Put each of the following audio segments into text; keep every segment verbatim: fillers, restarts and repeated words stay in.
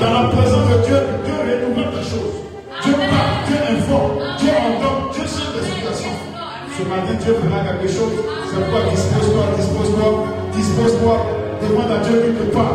Dans la présence de Dieu, Dieu renouvelle les choses. Dieu parle, Dieu informe, Dieu ordonne, Dieu change les situations. Ce matin, Dieu fera quelque chose. C'est pourquoi dispose-toi, dispose-toi, dispose-toi. Demande à Dieu qu'il te parle.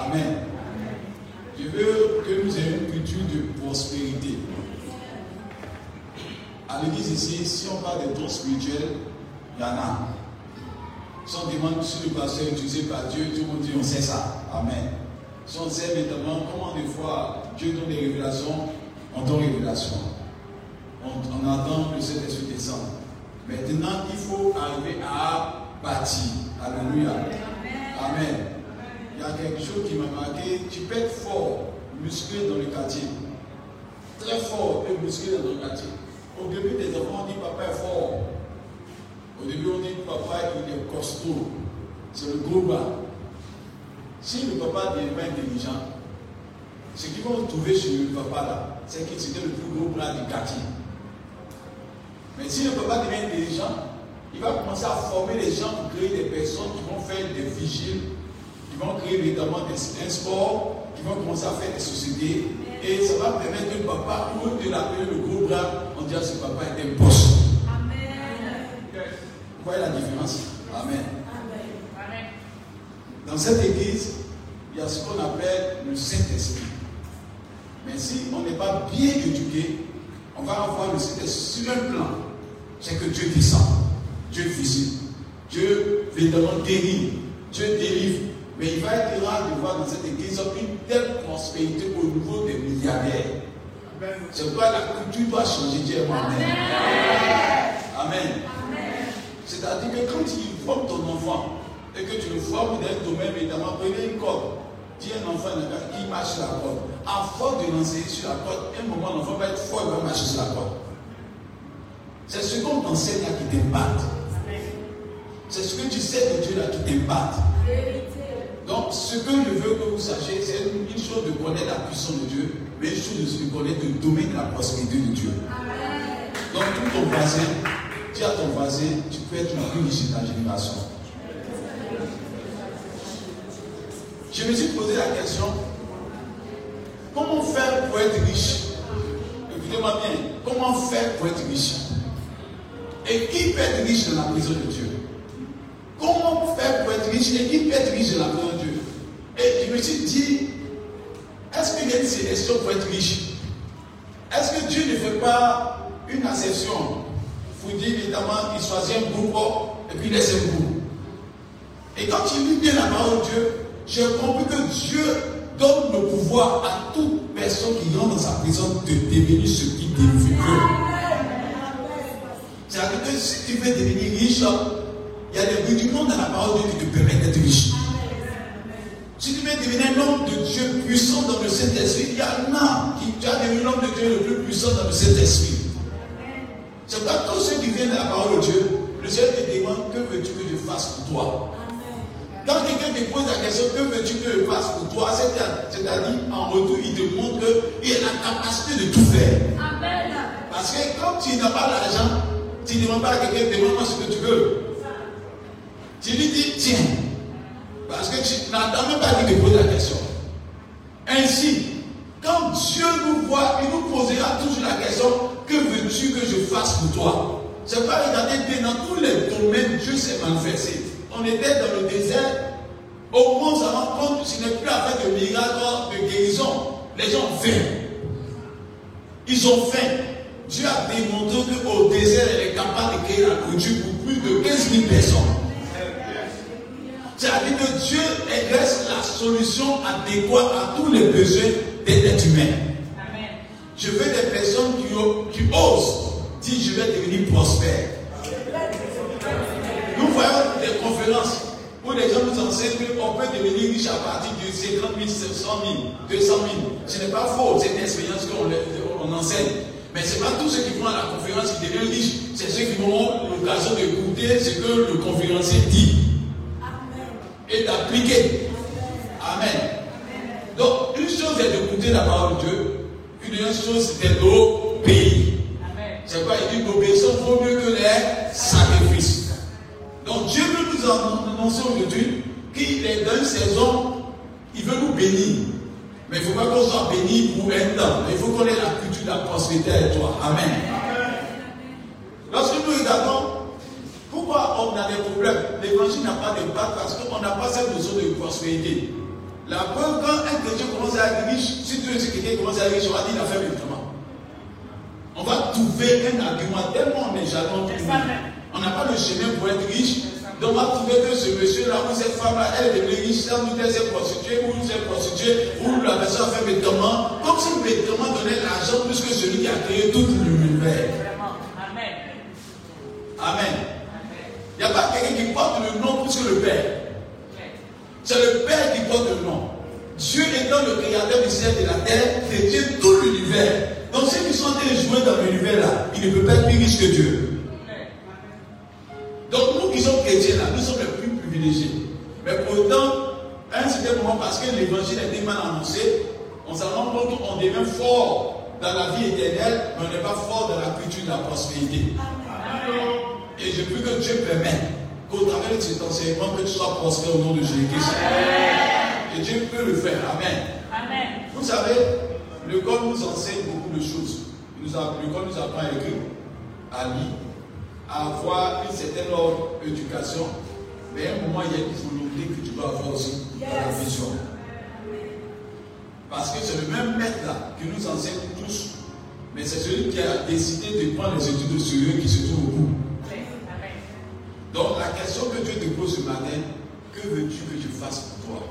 Amen. Je veux que nous ayons une culture de prospérité. À l'église ici, si on parle de dons spirituels, il y en a. Si on demande si le pasteur est utilisé par Dieu, tout le monde dit on sait ça. Amen. Si on sait notamment comment des fois Dieu donne des révélations, on donne des révélations. On, on entend le Saint-Esprit descendre. Maintenant, il faut arriver à bâtir. Alléluia. Amen. Il y a quelque chose qui m'a marqué. Tu peux être fort, musclé dans le quartier. Très fort et musclé dans le quartier. Au début, des enfants on dit papa est fort. Au début, on dit papa il est costaud. C'est le gros bas. Si le papa n'est pas intelligent, ce qu'ils vont trouver chez le papa là, c'est qu'il c'était le plus gros bras du quartier. Mais si le papa devient intelligent, il va commencer à former les gens pour créer des personnes qui vont faire des vigiles, qui vont créer notamment des sports, qui vont commencer à faire des sociétés. Et ça va permettre que le papa, au lieu de l'appeler le gros bras, on dira que ce papa est un boss. Amen. Vous voyez la différence? Amen. Amen. Dans cette église, il y a ce qu'on appelle le Saint-Esprit. Mais si on n'est pas bien éduqué, on va avoir le Saint-Esprit sur un plan. C'est que Dieu descend, Dieu visite, Dieu évidemment guérit, Dieu délivre. Mais il va être rare de voir dans cette église une telle prospérité au niveau des milliardaires. C'est pourquoi la culture doit changer. Dieu est Amen. Amen. Amen. C'est-à-dire que quand tu formes ton enfant et que tu le formes dans un domaine, évidemment, prenez une corde. Dis un enfant qui marche sur la corde. À force de l'enseigner sur la corde, un moment l'enfant va être fort, il va marcher sur la corde. C'est ce qu'on t'enseigne là qui t'impacte. C'est ce que tu sais de Dieu là qui t'impacte. Donc, ce que je veux que vous sachiez, c'est une, une chose de connaître la puissance de Dieu, mais une chose de connaître le domaine de la prospérité de Dieu. Amen. Donc, tout ton voisin, dis à ton voisin, tu peux être une riche dans ta génération. Je me suis posé la question, comment faire pour être riche? Écoutez-moi bien, comment faire pour être riche? Et qui peut être riche dans la prison de Dieu? Comment faire pour être riche et qui peut être riche de la maison de Dieu? Et je me suis dit, est-ce qu'il y a une sélection pour être riche? Est-ce que Dieu ne fait pas une acception? Il faut dire évidemment qu'il choisit un groupe et puis il laisse un groupe. Et quand tu lis bien la parole de Dieu, j'ai compris que Dieu donne le pouvoir à toute personne qui rentre dans sa prison de devenir ce qu'il veut. C'est-à-dire que si tu veux devenir riche, il y a des rudiments dans la parole de Dieu qui te permettent d'être riche. Si tu veux devenir un homme de Dieu puissant dans le Saint-Esprit, il y en a qui tu as devenu l'homme de Dieu le plus puissant dans le Saint-Esprit. C'est pas tous ceux qui viennent de la parole de Dieu, le Seigneur te demande que veux-tu que je fasse pour toi. Quand quelqu'un te pose la question que veux-tu que je fasse pour toi, c'est-à-dire en retour, il te montre qu'il a la capacité de tout faire. Amen. Parce que quand tu n'as pas l'argent, tu ne demandes pas à quelqu'un, demande-moi ce que tu veux. Tu lui dis, tiens, parce que tu n'as même pas dit de poser la question. Ainsi, quand Dieu nous voit, il nous posera toujours la question, que veux-tu que je fasse pour toi? C'est pas regarder bien dans tous les domaines, Dieu s'est manifesté. On était dans le désert, au moment où ça rend compte, ce n'est plus affaire de miracles, de guérison. Les gens ont faim. Ils ont faim. Dieu a démontré qu'au désert, elle est capable de créer la nourriture pour plus de quinze mille personnes. C'est-à-dire que Dieu reste la solution adéquate à tous les besoins des êtres humains. Amen. Je veux des personnes qui, qui osent dire je vais devenir prospère. Nous voyons des conférences où les gens nous enseignent qu'on peut devenir riche à partir de cinquante mille, cent mille, deux cent mille. Ce n'est pas faux, c'est une expérience qu'on on enseigne. Mais ce n'est pas tous ceux qui vont à la conférence qui deviennent riches, c'est ceux qui auront l'occasion d'écouter ce que le conférencier dit. Et d'appliquer. Amen. Amen. Donc, une chose est d'écouter la parole de Dieu, une autre chose c'est d'obéir. C'est quoi? Il dit l'obéissance vaut mieux que les sacrifices. Donc, Dieu veut nous annoncer aujourd'hui qu'il est dans une saison, il veut nous bénir. Mais il ne faut pas qu'on soit béni pour un temps. Il faut qu'on ait la culture de la prospérité avec toi. Amen. Amen. Lorsque nous regardons, pourquoi on a des problèmes? L'évangile n'a pas d'impact parce qu'on n'a pas cette notion de prospérité. La preuve, quand un chrétien commence à être riche, si tu veux que quelqu'un commence à être riche, on va dire qu'il a fait médicament. On va trouver un argument tellement on est jalon. On n'a pas le chemin pour être riche. Donc on va trouver que ce monsieur-là ou cette femme-là, elle est devenue riche, sans doute elle s'est prostituée ou elle s'est prostituée ou la personne a fait médicament. Comme si le médicament donnait l'argent plus que celui qui a créé tout l'univers. Amen. Amen. Il n'y a pas quelqu'un qui porte le nom plus que le Père. C'est le Père qui porte le nom. Dieu étant le créateur du ciel et de la terre, détient tout l'univers. Donc ceux qui sont en train de jouer dans l'univers là, il ne peut pas être plus riche que Dieu. Donc nous qui sommes chrétiens là, nous sommes les plus privilégiés. Mais pourtant, à un certain moment, parce que l'évangile a été mal annoncé, on s'en rend compte qu'on devient fort dans la vie éternelle, mais on n'est pas fort dans la culture de la prospérité. Amen. Et je prie que Dieu permette qu'au travers de cet enseignement, que tu sois prospère au nom de Jésus-Christ. Et Dieu peut le faire. Amen. Amen. Vous savez, l'école nous enseigne beaucoup de choses. L'école nous apprend à écrire, à lire, à avoir une certaine ordre d'éducation. Mais à un moment, il y a une volonté que tu dois avoir aussi dans la vision. Parce que c'est le même maître là qui nous enseigne tous. Mais c'est celui qui a décidé de prendre les études sur eux qui se trouvent au bout. Donc la question que Dieu te pose ce matin, que veux-tu que je fasse pour toi?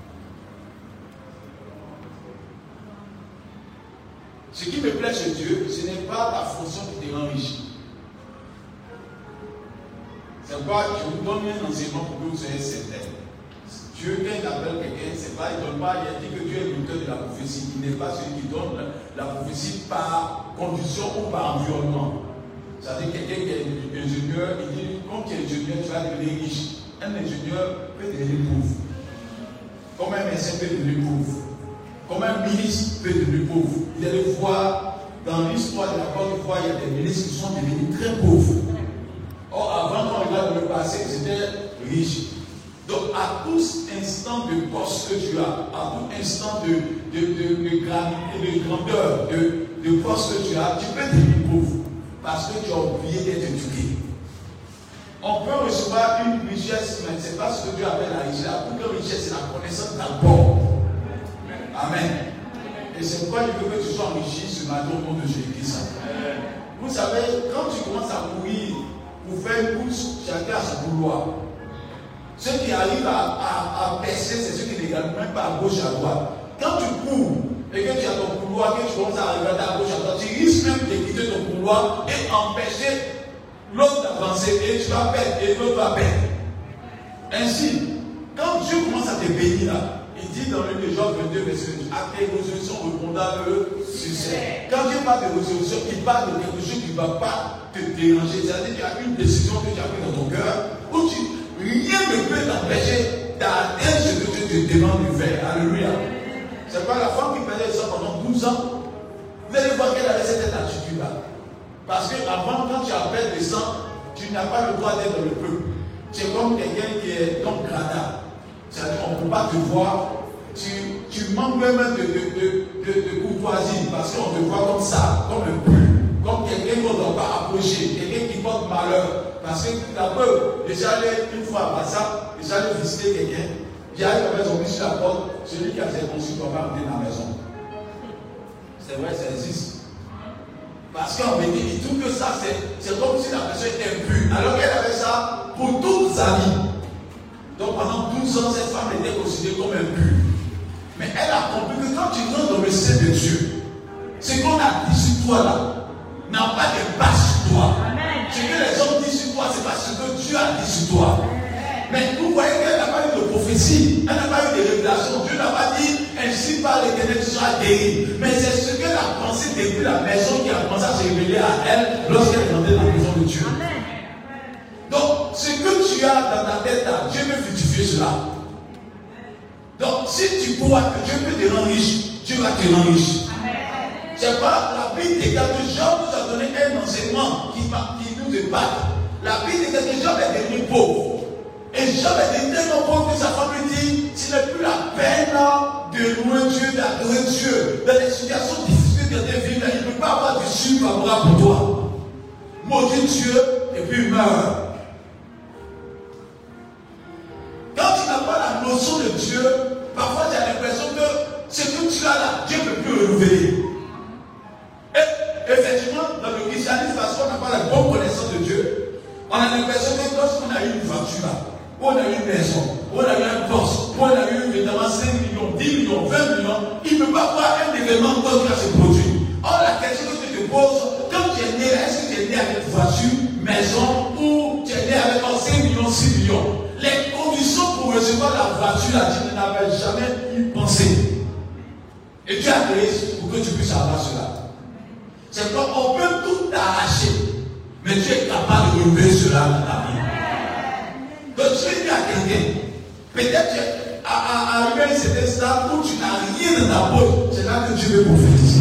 Ce qui me plaît chez Dieu, ce n'est pas la fonction qui te rend riche. C'est pas, je vous donne un enseignement pour que vous soyez certain. Dieu, quand il appelle quelqu'un, c'est pas, il ne donne pas, il a dit que Dieu est l'auteur de la prophétie. Il n'est pas celui qui donne la prophétie par condition ou par environnement. C'est-à-dire quelqu'un qui est ingénieur, il dit, quand tu es ingénieur, tu vas devenir riche. Un ingénieur peut devenir pauvre. Comme un médecin peut devenir pauvre. Comme un ministre peut devenir pauvre. Vous allez voir, dans l'histoire de la Côte d'Ivoire, il y a des ministres qui sont devenus très pauvres. Or, avant, quand on regarde le passé, ils étaient riches. Donc, à tout instant de poste que tu as, à tout instant de, de, de, de, de grandeur, de, de poste que tu as, tu peux devenir pauvre. Parce que tu as oublié d'être éduqué. On peut recevoir une richesse, mais ce n'est pas ce que Dieu appelle la richesse. La plus grande richesse, c'est la connaissance d'abord. Amen. Et c'est pourquoi je veux que tu sois enrichi ce matin au nom de Jésus-Christ. Vous savez, quand tu commences à courir pour faire une course, chacun a son couloir. Ceux qui arrivent à, à, à percer, c'est ceux qui ne regardent même pas à gauche, à droite. Quand tu cours et que tu as ton couloir, que tu commences à regarder à gauche, à droite, tu risques même de quitter ton couloir et empêcher l'autre d'avancer et tu vas perdre et l'autre va perdre. Ainsi, quand Dieu commence à te bénir là, il dit dans le Job vingt-deux, verset deux, à tes résolutions répondant le succès. Quand Dieu parle de résolution, il parle de quelque chose qui ne va pas te déranger. C'est-à-dire qu'il y a une décision que tu as prise dans ton cœur où tu, rien ne peut t'empêcher d'atteindre ce que Dieu te demande de faire. Alléluia. C'est pas la femme qui perdait ça pendant douze ans. Vous allez voir qu'elle avait cette attitude-là. Parce qu'avant, quand tu appelles le sang, tu n'as pas le droit d'être dans le peuple. C'est comme quelqu'un qui est donc gradin. C'est-à-dire qu'on ne peut pas te voir. Tu, tu manques même de, de, de, de, de courtoisie parce qu'on te voit comme ça, comme un pur, comme quelqu'un qu'on ne doit pas approcher, quelqu'un qui porte malheur. Parce que la preuve, j'allais une fois à ça, j'allais visiter quelqu'un, j'arrive avec son mis sur la porte, celui qui a circoncis ne doit pas entrer dans la maison. C'est vrai, ça existe. Parce qu'en vérité, il trouve que ça, c'est comme si la personne était impure. Alors qu'elle avait ça pour toute sa vie. Donc pendant douze ans, cette femme était considérée comme impure. Mais elle a compris que quand tu rentres dans le sein de Dieu, ce qu'on a dit sur toi là, n'a pas d'impact sur toi. Amen. Ce que les hommes disent sur toi, c'est pas ce que Dieu a dit sur toi. Amen. Mais vous voyez qu'elle n'a pas eu de prophétie, elle n'a pas eu de révélation. Dieu n'a pas dit ainsi par l'Éternel tu seras guéri. Mais c'est ce qu'elle a pensé depuis la maison qui a commencé à se révéler à elle lorsqu'elle est rentrée dans la maison de Dieu. Amen. Donc, ce que tu as dans ta tête là, Dieu veut fructifier cela. Donc, si tu crois que Dieu peut te rendre riche, Dieu va te rendre riche. C'est pas la Bible déclare que Job nous a donné un enseignement qui, qui nous débat. La Bible déclare que Job est devenu pauvre. Et Job est devenu tellement pauvre que sa femme lui dit, ce n'est plus la peine de louer Dieu, d'adorer Dieu. Dans les situations difficiles de ta vie, il ne peut pas avoir de sucre favorable pour toi. Maudit Dieu et puis meurt. Quand tu n'as pas la notion de Dieu, parfois tu as l'impression que ce que tu as là, Dieu ne peut plus le renouveler. Et effectivement, dans le christianisme, parce qu'on n'a pas la bonne connaissance de Dieu, on a l'impression que lorsqu'on a eu une voiture là, ou on a eu une maison, ou on a eu un poste, ou on a eu évidemment cinq millions, dix millions, vingt millions, il ne peut pas avoir un événement d'autre qui va se produire. Or, la question que tu te poses, quand tu es né, est-ce que tu es né avec voiture, maison, ou tu es né avec cinq millions, six millions? Les conditions pour recevoir la voiture, là, tu n'avais jamais eu pensé. Et tu as créé pour que tu puisses avoir cela. C'est qu'on peut tout arracher, mais tu es capable de relever cela dans ta vie. Donc tu dis à quelqu'un, peut-être à arriver à un certain stade où tu n'as rien dans ta poche, c'est là que Dieu veut prophétiser.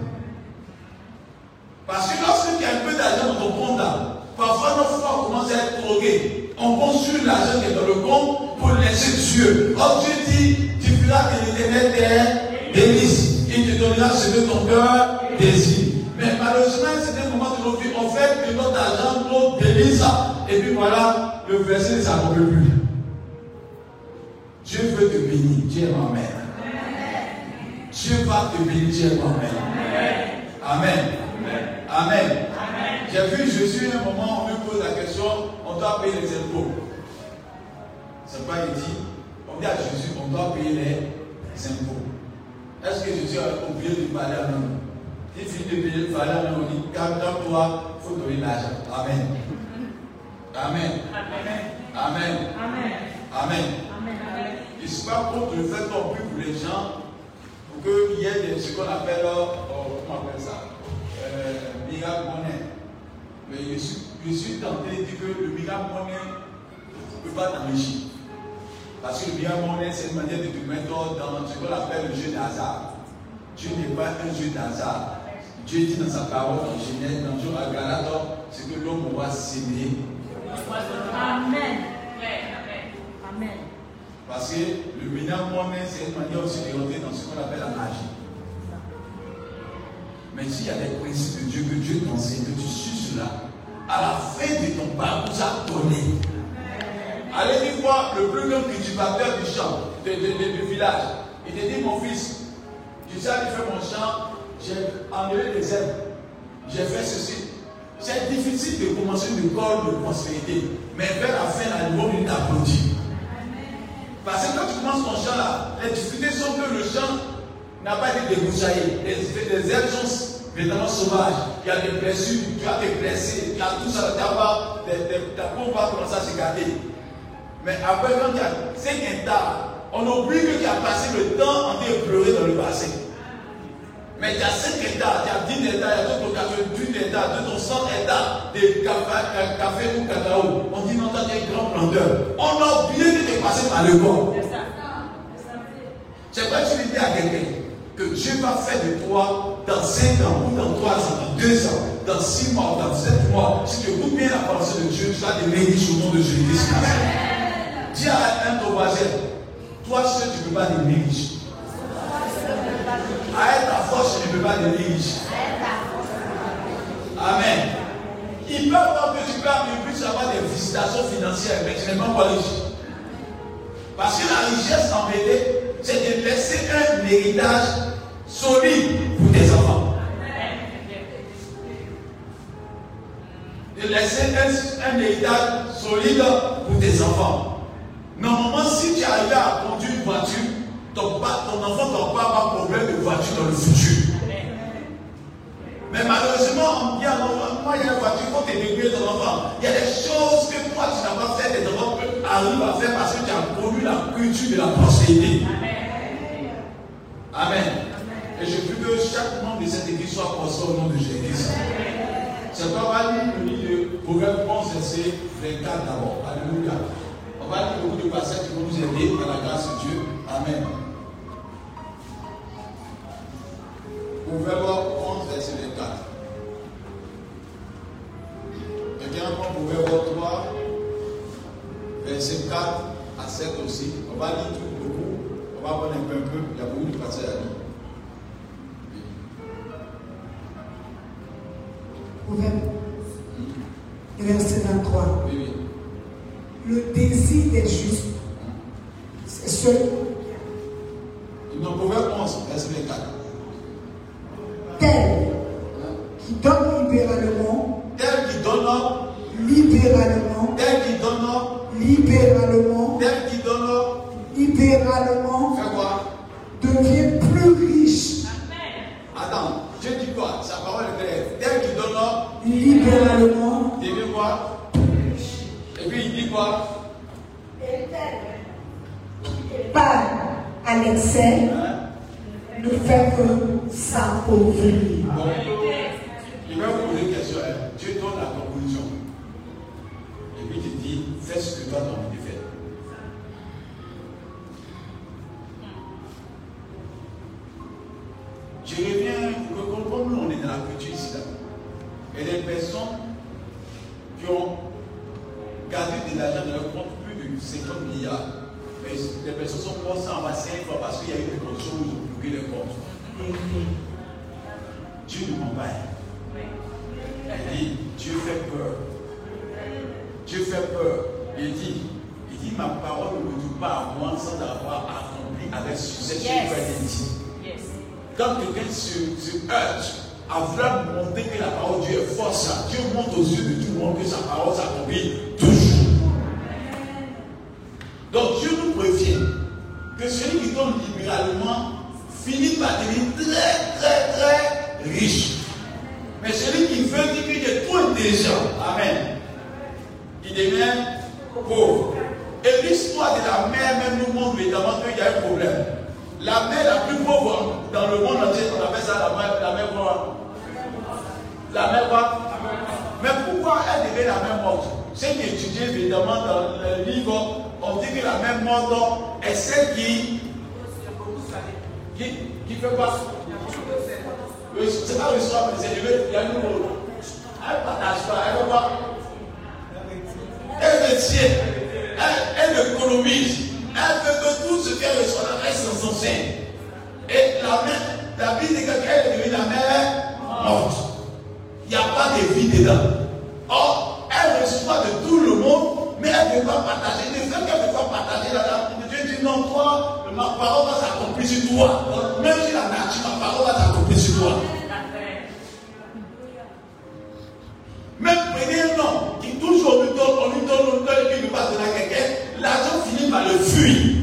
Parce que lorsque tu as un peu d'argent dans ton compte là, parfois nos foi commence à être drogués. On construit l'argent qui est dans le compte pour laisser Dieu. Or Dieu dit, tu feras que l'Éternel tes délices. Il te donnera ce que ton cœur désire. Mais malheureusement, c'est un moment de notre vie, on fait que notre argent, notre délice. Et puis voilà, le verset ne s'accomplit plus. Dieu veut te bénir, Dieu est ma mère. Dieu va te bénir, Dieu est ma mère. Amen. Amen. Amen. J'ai vu Jésus à un moment, on lui pose la question, on doit payer les impôts. C'est quoi il dit? On dit à Jésus, on doit payer les impôts. Est-ce que Jésus a oublié de parler à nous? Il finit de payer le parler à nous, on dit, quand toi, il faut donner l'argent. Amen. Amen. Amen. Amen. Amen. Il ne se pas contre le fait qu'on prie pour les gens, pour qu'il y ait ce qu'on appelle, oh, comment on appelle ça? Euh, miracle monnaie. Mais je suis, je suis tenté de dire que le miracle monnaie ne peut pas t'enrichir. Parce que le miracle monnaie, c'est une manière de te mettre dans ce qu'on appelle le jeu d'hasard. Dieu n'est pas un jeu d'hasard. Dieu dit dans sa parole en Genèse, dans Jean à Galate, c'est que l'homme va s'aimer. Amen. Amen. Parce que le miracle monnaie, c'est une manière aussi de rentrer dans ce qu'on appelle la magie. Mais s'il y a des principes de Dieu que Dieu t'enseigne, que tu suis cela, à la fin de ton parcours, ça donné. Allez voir le plus grand cultivateur du champ, de, de, de, du village. Il te dit, mon fils, tu sais aller faire mon champ, j'ai enlevé les herbes, j'ai fait ceci. C'est difficile de commencer une école de prospérité, mais vers la fin, la niveau il t'applaudit. Parce que quand tu commences ton champ là, les difficultés sont que le champ n'a pas été débroussaillé. Les, les herbes sont vraiment sauvages. Il y a des blessures, tu as des blessés, tu as tout ça, ta peau va commencer à se garder. Mais après, quand tu as cinq hectares, on oublie que tu as passé le temps en train de pleurer dans le passé. Mais tu as cinq hectares, tu as dix hectares, il y a d'autres quatre-vingt-huit hectares, de ton cent hectares de café, café ou cacao. On dit non, tu es un grand planteur. On a oublié de te passer par le corps. C'est vrai que tu lui dis à quelqu'un que Dieu va faire de toi dans cinq ans, ou dans trois ans, dans deux ans, dans six mois, dans sept mois. Si tu écoutes bien la pensée de Dieu, tu vas devenir riche au nom de Jésus-Christ. Dis à un ton voisin, toi seul tu ne peux pas devenir riche. À ta force, tu ne peux pas devenir riche. Amen. Il peut avoir que tu puisses avoir des visitations financières, mais tu n'es pas encore riche. Parce que la richesse en vérité, c'est de laisser un héritage solide pour tes enfants. De laisser un, un héritage solide pour tes enfants. Normalement, si tu arrives à conduire une voiture, ton, ton enfant n'aura pas avoir problème de voiture dans le futur. Mais malheureusement, on dit à l'enfant, moi il y a une voiture, il faut t'éduquer ton enfant. Il y a des choses que toi tu n'as pas fait, tes enfants arrivent à faire parce que tu as connu la culture de la prospérité. Amen. Et je prie que chaque membre de cette église soit prospère au nom de Jésus. C'est pourquoi on va lire le livre de Proverbe onze, verset vingt-quatre d'abord. Alléluia. On va lire beaucoup de passages qui vont nous aider par la grâce de Dieu. Amen. Proverbe onze, verset vingt-quatre. Quelqu'un prend Proverbe trois, verset quatre à sept aussi. On va lire tout beaucoup. On va prendre un peu, un peu. Il y a beaucoup de passages à lire. Proverbe, verset vingt-trois. Oui, oui. Le désir des justes, c'est celui Non, Proverbe onze, verset vingt-quatre. Tel qui donne libéralement, Tel qui donne, libéralement, tel qui donne, libéralement, tel qui donne, libéralement, fais quoi? devient plus riche. Attends, Dieu dit quoi? Sa parole est claire. Tel qui donne, Libéralement, devient quoi? Et puis il dit quoi? pas à l'excès, Hein? ne fait que s'appauvrir. Bon, il va vous poser une question. Hein? Dieu donne la conclusion. Et puis il te dit, fais ce que toi tu as envie de faire. Je reviens, comme nous on est dans la culture ici, là. Et les personnes qui ont gardé de l'argent dans leur compte plus de cinquante milliards. Mais les personnes sont mortes sans avoir cinq fois parce qu'il y a eu des conditions où ils ont bloqué les comptes. Dieu ne ment pas. Il dit, Dieu fait peur. Dieu fait peur. Il dit, il dit, ma parole ne me dit pas à moi sans avoir accompli avec succès ce que j'ai dit. Quand quelqu'un se, se heurte à vouloir montrer que la parole de Dieu est forte, Dieu montre aux yeux de tout le monde que sa parole s'accomplit toujours. Donc Dieu nous prévient que celui qui donne libéralement finit par devenir très très très riche. Mais celui qui veut dire qu'il est trop intelligent, amen, il devient pauvre. Et l'histoire de la mer même nous montre évidemment qu'il y a un problème. La mer la plus pauvre dans le monde entier, on appelle ça la mer, la mer quoi? La mer quoi? Mais pourquoi elle devient la mer morte? C'est qui étudie évidemment dans le livre, on dit que la mer morte est celle qui. Qui, qui fait quoi? C'est pas l'histoire, mais c'est élevé, il y a une autre. Elle ne partage pas, elle ne fait pas. Elle détient, elle, elle économise. Elle veut que tout ce qu'elle reçoit reste dans son sein. Et la mer, la vie dit qu'elle devient la mer morte. Il n'y a pas de vie dedans. Or, elle reçoit de tout le monde, mais elle ne veut pas partager. Le fait qu'elle ne veut pas partager, Dieu dit non, toi, ma parole va s'accomplir sur toi. Donc, même si la nature, ma parole va s'accomplir sur toi. Même prenez un homme qui toujours on lui donne, on lui donne, on lui donne, et puis il ne veut pas donner à quelqu'un, l'argent finit par le fuir.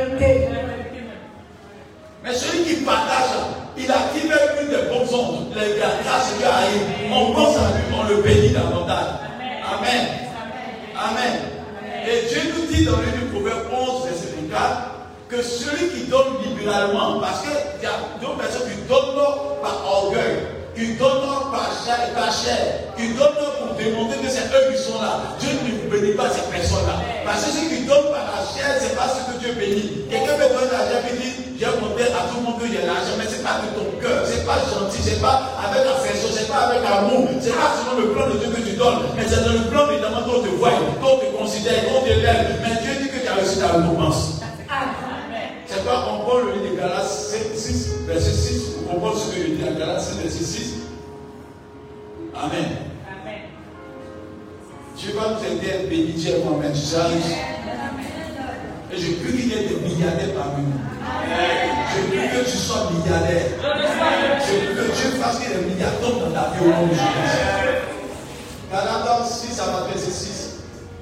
Mais celui qui partage, il active plus de bonnes ondes, la grâce qui arrive. On pense à lui, on le bénit davantage. Amen. Amen. Et Dieu nous dit dans le livre du Proverbe onze, verset vingt-quatre, que celui qui donne libéralement, parce qu'il y a d'autres personnes qui donnent par orgueil, qui donnent par chair, par chair, qui donnent pour démontrer que c'est eux qui sont là. Dieu ne bénit pas ces personnes-là. Parce que ceux qui donnent par la chair, ce n'est pas ce que Dieu bénit. Quelqu'un peut donner l'argent et dit, j'ai montré à tout le monde que j'ai l'argent, mais ce n'est pas de ton cœur, ce n'est pas gentil, ce n'est pas avec affection, ce n'est pas avec amour, ce n'est pas selon le plan de Dieu que tu donnes, mais c'est dans le plan évidemment qu'on te voit, qu'on te considère, qu'on te lève. Mais Dieu dit que tu as reçu ta récompense. C'est quoi? On prend le livre de Galates six, verset six, on comprend ce que je dis à Galates sept, verset six. Amen. Amen. Dieu va nous aider à être bénis, Dieu moi-même, tu sais. Et je prie qu'il y ait des milliardaires parmi nous. Je prie que tu sois milliardaire. Je prie que Dieu fasse qu'il y ait des milliardaires dans ta vie au nom de Jésus. Galates six, ça va verset six.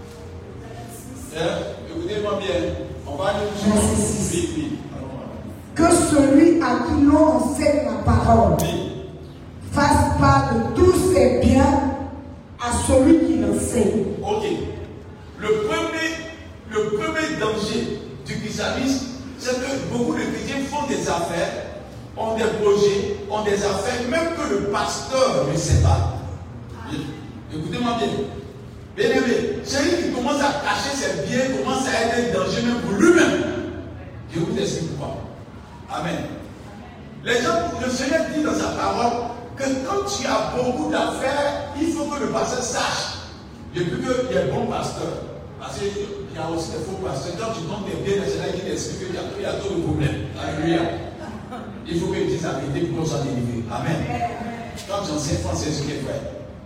Écoutez-moi bien. On va aller sur six. Que celui à qui l'on enseigne la parole fasse part de tous ses biens à celui qui l'enseigne. Ok. Le premier, le premier danger du christianisme, c'est que beaucoup de chrétiens font des affaires, ont des projets, ont des affaires, même que le pasteur ne sait pas. Écoutez-moi bien. Bien aimé, celui qui commence à cacher ses biens commence à être un danger même pour lui-même. Je vous explique pourquoi. Amen. Les gens, le Seigneur dit dans sa parole que quand tu as beaucoup d'affaires, il faut que le pasteur sache. Depuis qu'il y a un bon pasteur, parce qu'il y a aussi des faux pasteurs, quand tu donnes des biens, le Seigneur qui t'explique qu'il y a trop de problèmes. Alléluia. Il faut qu'il dise la vérité pour qu'on soit délivré. Amen. Quand j'enseigne français, c'est ce qui est vrai.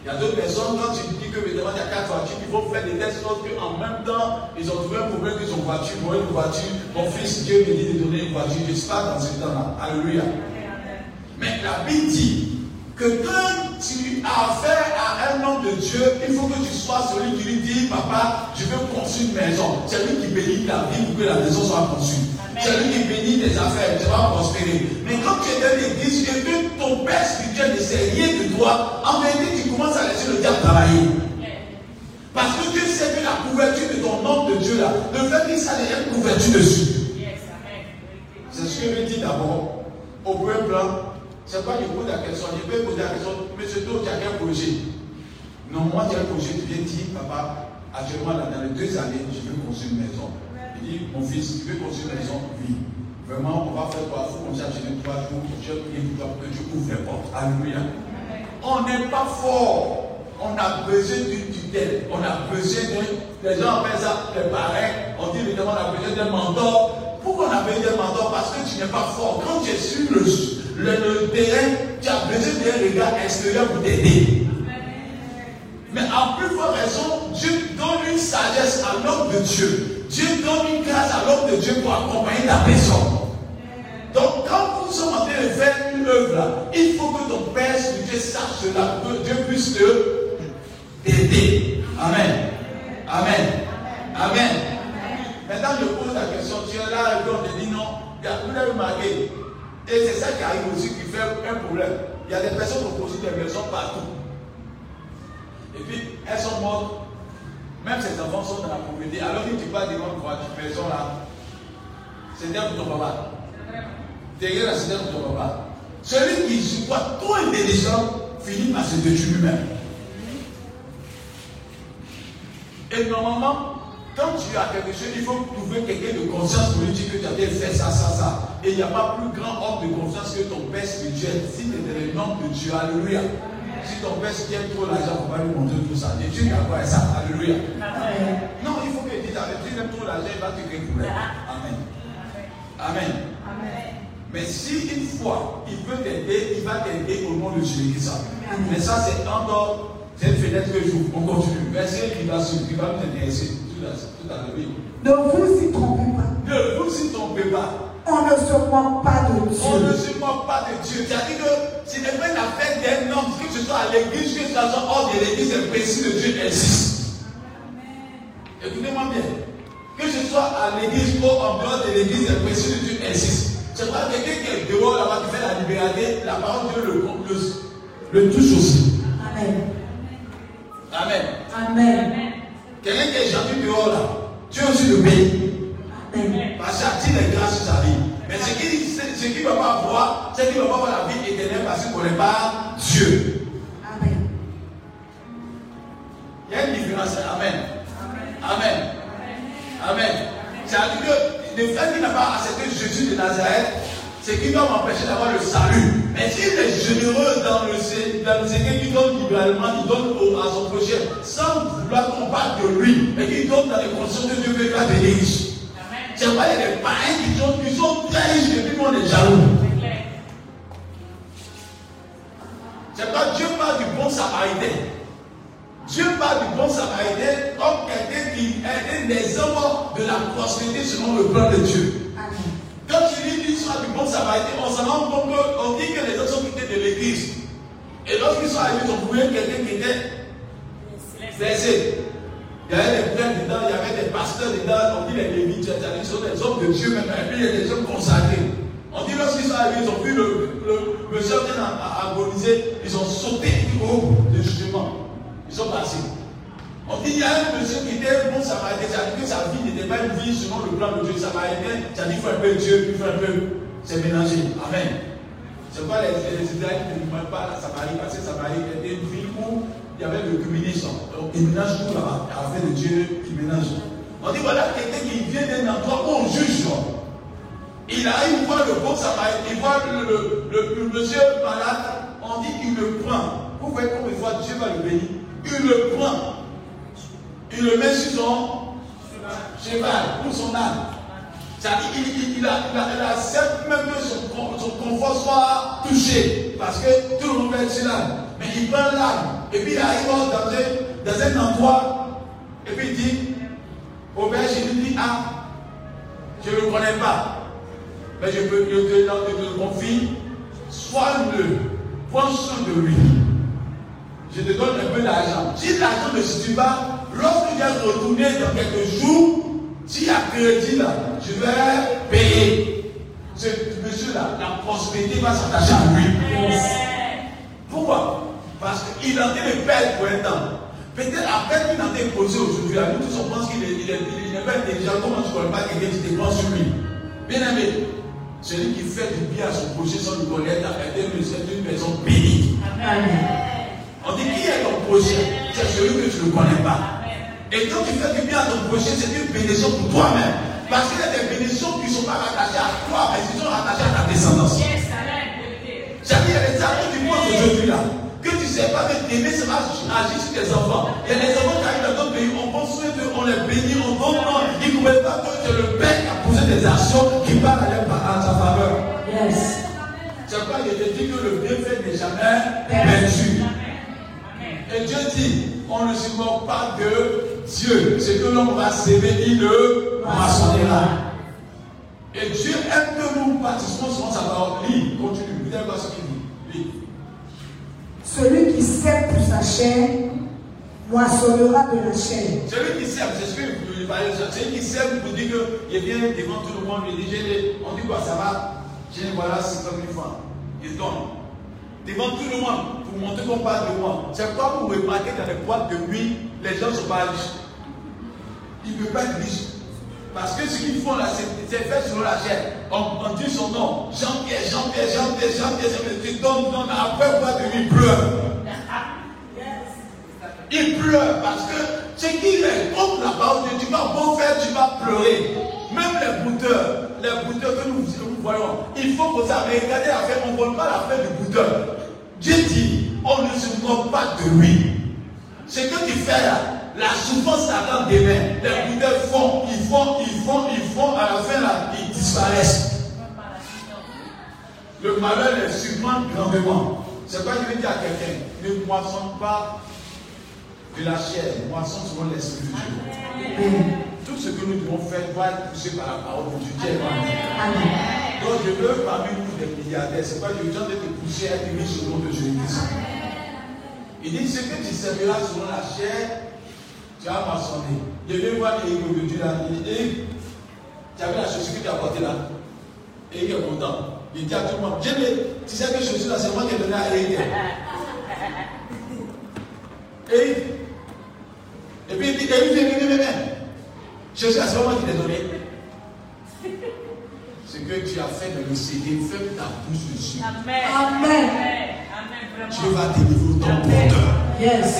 Il y a d'autres personnes, quand tu dis que évidemment il y a quatre voitures, il faut faire des tests parce qu'en même temps, ils ont trouvé un problème qu'ils ont une voiture, ils ont une voiture. Mon fils, Dieu me dit de donner une voiture. Je ne suis pas dans ce temps-là. Alléluia. Mais la Bible dit que quand tu as affaire à un homme de Dieu, il faut que tu sois celui qui lui dit, papa, je veux construire une maison. C'est lui qui bénit ta vie pour que la maison soit construite. C'est lui qui bénit tes affaires, tu vas prospérer. Mais quand tu es dans l'église et que ton père spirituel ne sait rien de toi, en vérité, tu commences à laisser le diable travailler. Parce que Dieu sait que la couverture de ton homme de Dieu là, le fait qu'il s'en ait une couverture dessus. C'est ce que je dis d'abord. Au premier plan, c'est pas que je pose la question. Je peux poser la question, monsieur toi, tu as quel projet? Non, moi j'ai un projet, tu viens dire, papa, actuellement là, dans les deux années, je veux construire une maison. Il dit, mon fils, tu veux construire une maison? Oui. Vraiment, on va faire trois jours, comme ça, je vais trois jours, je vais prier pour toi, pour que tu ouvres les portes. Alléluia. On n'est pas fort. On a besoin d'une tutelle. On a besoin de. Les gens appellent ça les parrains. On dit évidemment, on a besoin d'un mentor. Pourquoi on a besoin d'un mentor? Parce que tu n'es pas fort. Quand tu es sur le, le, le terrain, tu as besoin d'un regard extérieur pour t'aider. Mais en plus forte raison, Dieu donne une sagesse à l'homme de Dieu. Dieu donne une grâce à l'homme de Dieu pour accompagner ta personne. Donc, quand vous sommes en train de faire une œuvre là, il faut que ton Père spirituel sache cela, pour que Dieu puisse te t'aider. Amen. Amen. Amen. Maintenant, je pose la question, tu es là et puis on te dit non, vous l'avez remarqué. Et c'est ça qui arrive aussi qui fait un problème. Il y a des personnes qui ont construit des maisons partout. Et puis, elles sont mortes. Même ces enfants sont dans la pauvreté. Alors que tu parles de une maison là, c'est bien pour ton papa. Derrière la cité pour ton papa. Celui qui se voit trop intelligent finit par se détruire lui-même. Et normalement, quand tu as quelque chose, il faut trouver quelqu'un de conscience pour lui dire que tu as bien fait ça, ça, ça. Et il n'y a pas plus grand homme de confiance que ton Père spirituel. Si tu es le nom de Dieu, alléluia. Si ton Père aime trop l'argent, il ne faut pas lui montrer tout ça. Dieu n'a pas ça, alléluia. Non, il faut qu'il dise, si tu aimes trop l'argent, il va te créer problème. Amen. Amen. Mais si une fois il peut t'aider, il va t'aider au nom de Jésus-Christ. Mais ça, c'est encore, c'est une fenêtre que j'ouvre. On continue. Verset qui va suivre, qui va nous intéresser tout à l'heure. Ne vous y trompez pas. Ne vous y trompez pas. On ne se moque pas de Dieu. On ne se moque pas de Dieu. C'est-à-dire que ce n'est pas une affaire d'un homme, que ce soit à l'église, que ce soit hors de l'église, le principe de Dieu existe. Écoutez-moi bien. Que ce soit à l'église ou en dehors de l'église, le principe de Dieu existe. C'est pas quelqu'un qui est dehors là-bas qui fait la liberté, la parole de Dieu le, le, le touche aussi. Amen. Amen. Amen. Quelqu'un qui est gentil dehors là, Dieu aussi le paye. Amen. Parce qu'il attire les grâces sur sa vie. Mais ce qu'il ne va pas voir, c'est qu'il ne va pas voir la vie éternelle parce qu'il ne connaît pas Dieu. Amen. Il y a une différence. Amen. Amen. Amen. C'est-à-dire que le fait qu'il n'a pas accepté Jésus de Nazareth, c'est qu'il va m'empêcher d'avoir le salut. Mais s'il est généreux dans le, dans le Seigneur, qui donne libéralement, il donne au, à son prochain, sans vouloir qu'on parle de lui, mais qu'il donne dans les conditions de Dieu veut qu'il est riche. C'est pas les païens qui sont, qui sont très riches et puis on est jaloux. C'est pas Dieu parle du bon samaritain. Dieu parle du bon samaritain comme quelqu'un qui est un exemple de la prospérité selon le plan de Dieu. Quand tu lis l'histoire du bon samaritain, on s'en rend compte qu'on dit que les autres sont quittés de l'église. Et lorsqu'ils sont arrivés, ils ont trouvé quelqu'un qui était blessé. Il y avait des prêtres dedans, il y avait des pasteurs dedans, on dit les lévites, ils sont des hommes de Dieu même, et puis il y a des hommes consacrés. On dit lorsqu'ils sont arrivés, ils ont vu le, le, le monsieur en train d'agoniser, ils ont sauté du haut du jugement. Ils sont passés. On dit il y a un monsieur qui était un bon samaritain, c'est-à-dire que sa vie n'était pas une vie selon le plan de Dieu. Samaritain, c'est-à-dire qu'il faut un peu Dieu, puis il faut un peu c'est mélangé. Amen. C'est pas les, les Israélites ne demandent pas la Samarie, parce que Samarie était une ville où il y avait le communisme. Donc il mélange tout là-bas. À la fin de Dieu, il mélange. On dit voilà quelqu'un qui vient d'un endroit où on juge. Il arrive voir le bon samaritain, il voit le, le, le, le monsieur malade, on dit qu'il le prend. Vous voyez combien de fois Dieu va le bénir. Il le prend. Il le met sur son cheval, pour son âne. C'est-à-dire qu'il il, il, il accepte même que son, son confort soit touché. Parce que tout le monde va être sur l'âne. Mais il prend l'âne. Et puis il arrive dans un, dans un endroit, et puis il dit, au berger, il lui dit, ah, je ne le connais pas, mais je peux je te, je te confie, soigne-le, prends soin de lui. Je te donne un peu d'argent. Si l'argent ne suffit pas, lorsque tu vas retourner dans quelques jours, s'il y a crédit là, je vais payer. Ce monsieur-là, la prospérité va s'attacher à lui. Pourquoi? Parce qu'il est en train de perdre pour un temps. Peut-être après qu'il est en train de poser aujourd'hui, nous tous on pense qu'il est, il est, il est pas intelligent. Comment tu ne connais pas quelqu'un qui dépend sur lui? Bien aimé, celui qui fait du bien à son projet sans le connaître, c'est une personne bénie. On dit qui est ton projet? C'est celui que tu ne connais pas. Et quand tu fais du bien à ton projet, c'est une bénédiction pour toi-même. Parce qu'il y a des bénédictions qui ne sont pas rattachées à toi, mais qui sont rattachées à ta descendance. C'est-à-dire, il y a des amis qui pensent aujourd'hui là, que tu ne sais pas que t'aimer, ça va agir sur tes enfants. Il y a des enfants qui arrivent dans d'autres pays, on pense qu'eux, on les bénit, on donne, non, ils ne comprennent pas que c'est le Père qui a posé des actions qui parlent à sa faveur. Yes. C'est pourquoi il te dit que le bienfait n'est jamais perdu. Et Dieu dit, on ne se moque pas de Dieu. Ce que l'homme va s'aimer, il le moissonnera. Et Dieu aime que nous participons souvent sa parole. Lis, continue. Vous allez voir ce qu'il dit. Lis. Celui qui sème pour sa chair moissonnera de la chair. Celui qui sème, c'est ce que vous parlez. Celui qui sème vous dit qu'il vient devant tout le monde, il dit, on dit quoi, ça va? J'ai voilà cinquante mille francs. Il donne. Devant tout le monde, pour montrer qu'on parle de moi. C'est pourquoi vous remarquez dans les boîtes de nuit, les gens ne sont pas riches. Ils ne peuvent pas être riches. Parce que ce qu'ils font là, c'est fait sur la chair. On, on dit son nom. Jean-Pierre, Jean-Pierre, Jean-Pierre, Jean-Pierre, tu donnes, donnes, après boîte de nuit, il pleure. Il pleure parce que ce qu'il est contre la parole de Dieu, tu vas beau faire, tu vas pleurer. Même les bouteurs, les bouteurs que nous, nous voyons, il faut que ça regarde l'affaire, on ne voit pas l'affaire du bouteur. Dieu dit, on ne se moque pas de lui. Ce que tu fais là, la souffrance t'attend demain. Les bouteurs font, ils font, ils font, ils font, à la fin là, ils disparaissent. Le malheur les surprend grandement. C'est quoi je veux dire à quelqu'un, ne moissonne pas de la chair, moissonne selon l'esprit de Dieu. Tout ce que nous devons faire doit être poussé par la parole de Dieu. Donc je veux parmi nous des milliardaires, c'est pas que je viens de te pousser à être riche au nom de Jésus-Christ. Il dit ce que tu serviras selon la chair, tu as moissonné. Je viens voir Eric aujourd'hui là, il dit Eric, tu avais la chaussure que tu as portée là. Eric est content. Il dit à tout le monde, tu sais que chaussure là, c'est moi qui ai donné à Eric. Eric. Et puis il dit, Eric, viens, viens, viens, viens. Je sais, c'est moi qui t'ai donné. Ce que tu as fait dans le C D, fais ta bouche dessus. Amen. Amen. Amen. Dieu va délivrer ton porteur. Yes.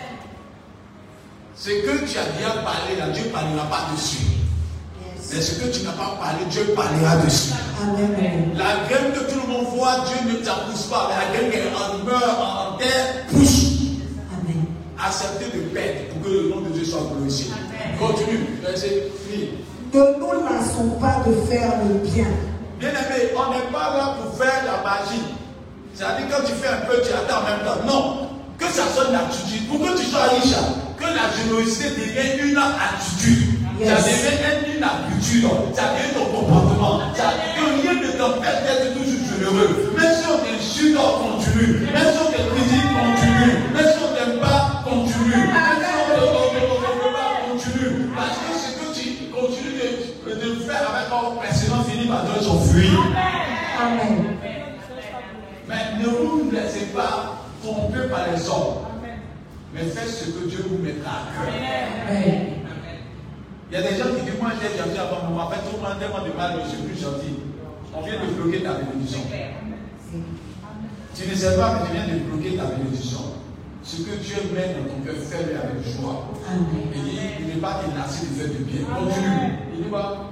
Ce que tu as bien parlé là, Dieu ne parlera pas dessus. Yes. Mais ce que tu n'as pas parlé, Dieu parlera dessus. Amen. La graine que tout le monde voit, Dieu ne t'en pousse pas. Mais la graine qui meurt en terre, pousse. Amen. Acceptez de perdre pour que le nom de Dieu soit glorifié. Continue. Verset fini. Ne nous lassons pas de faire le bien. Bien aimé, on n'est pas là pour faire la magie. C'est-à-dire quand tu fais un peu, tu attends en même temps. Non. Que ça soit une attitude. Pour que tu sois riche, que la générosité devienne une attitude. Yes. Ça devient une habitude. Ça devient ton comportement. Ça que rien ne t'empêche d'être toujours généreux. Même si on t'insulte, on continue. Même si on te critique, continue. Même si on t'aime pas, continue. Même si on ne veut pas, continue. Parce que ce que tu continues de, de faire avec ton précédent finit par donner son fruit. Amen. Mais ne vous laissez pas tromper par les hommes. Mais faites ce que Dieu vous mettra à cœur. Amen. Il y a des gens qui disent, moi j'étais gentil avant, mais en fait, tout le monde tellement de mal, je suis plus gentil. On vient de bloquer ta bénédiction. Tu ne sais pas, mais tu viens de bloquer ta bénédiction. Ce que Dieu met dans ton cœur, fais-le avec joie. Amen. Il dit, il n'est pas menacé de faire du bien. Continue. Il dit quoi?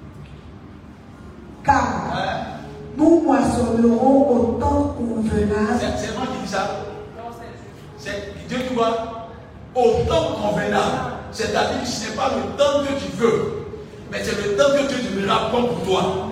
Car hein? Nous moissonnerons au temps convenable. C'est moi qui dis ça? C'est Dieu qui voit au temps convenable. C'est-à-dire que ce n'est pas le temps que tu veux, mais c'est le temps que Dieu te donnera pour toi.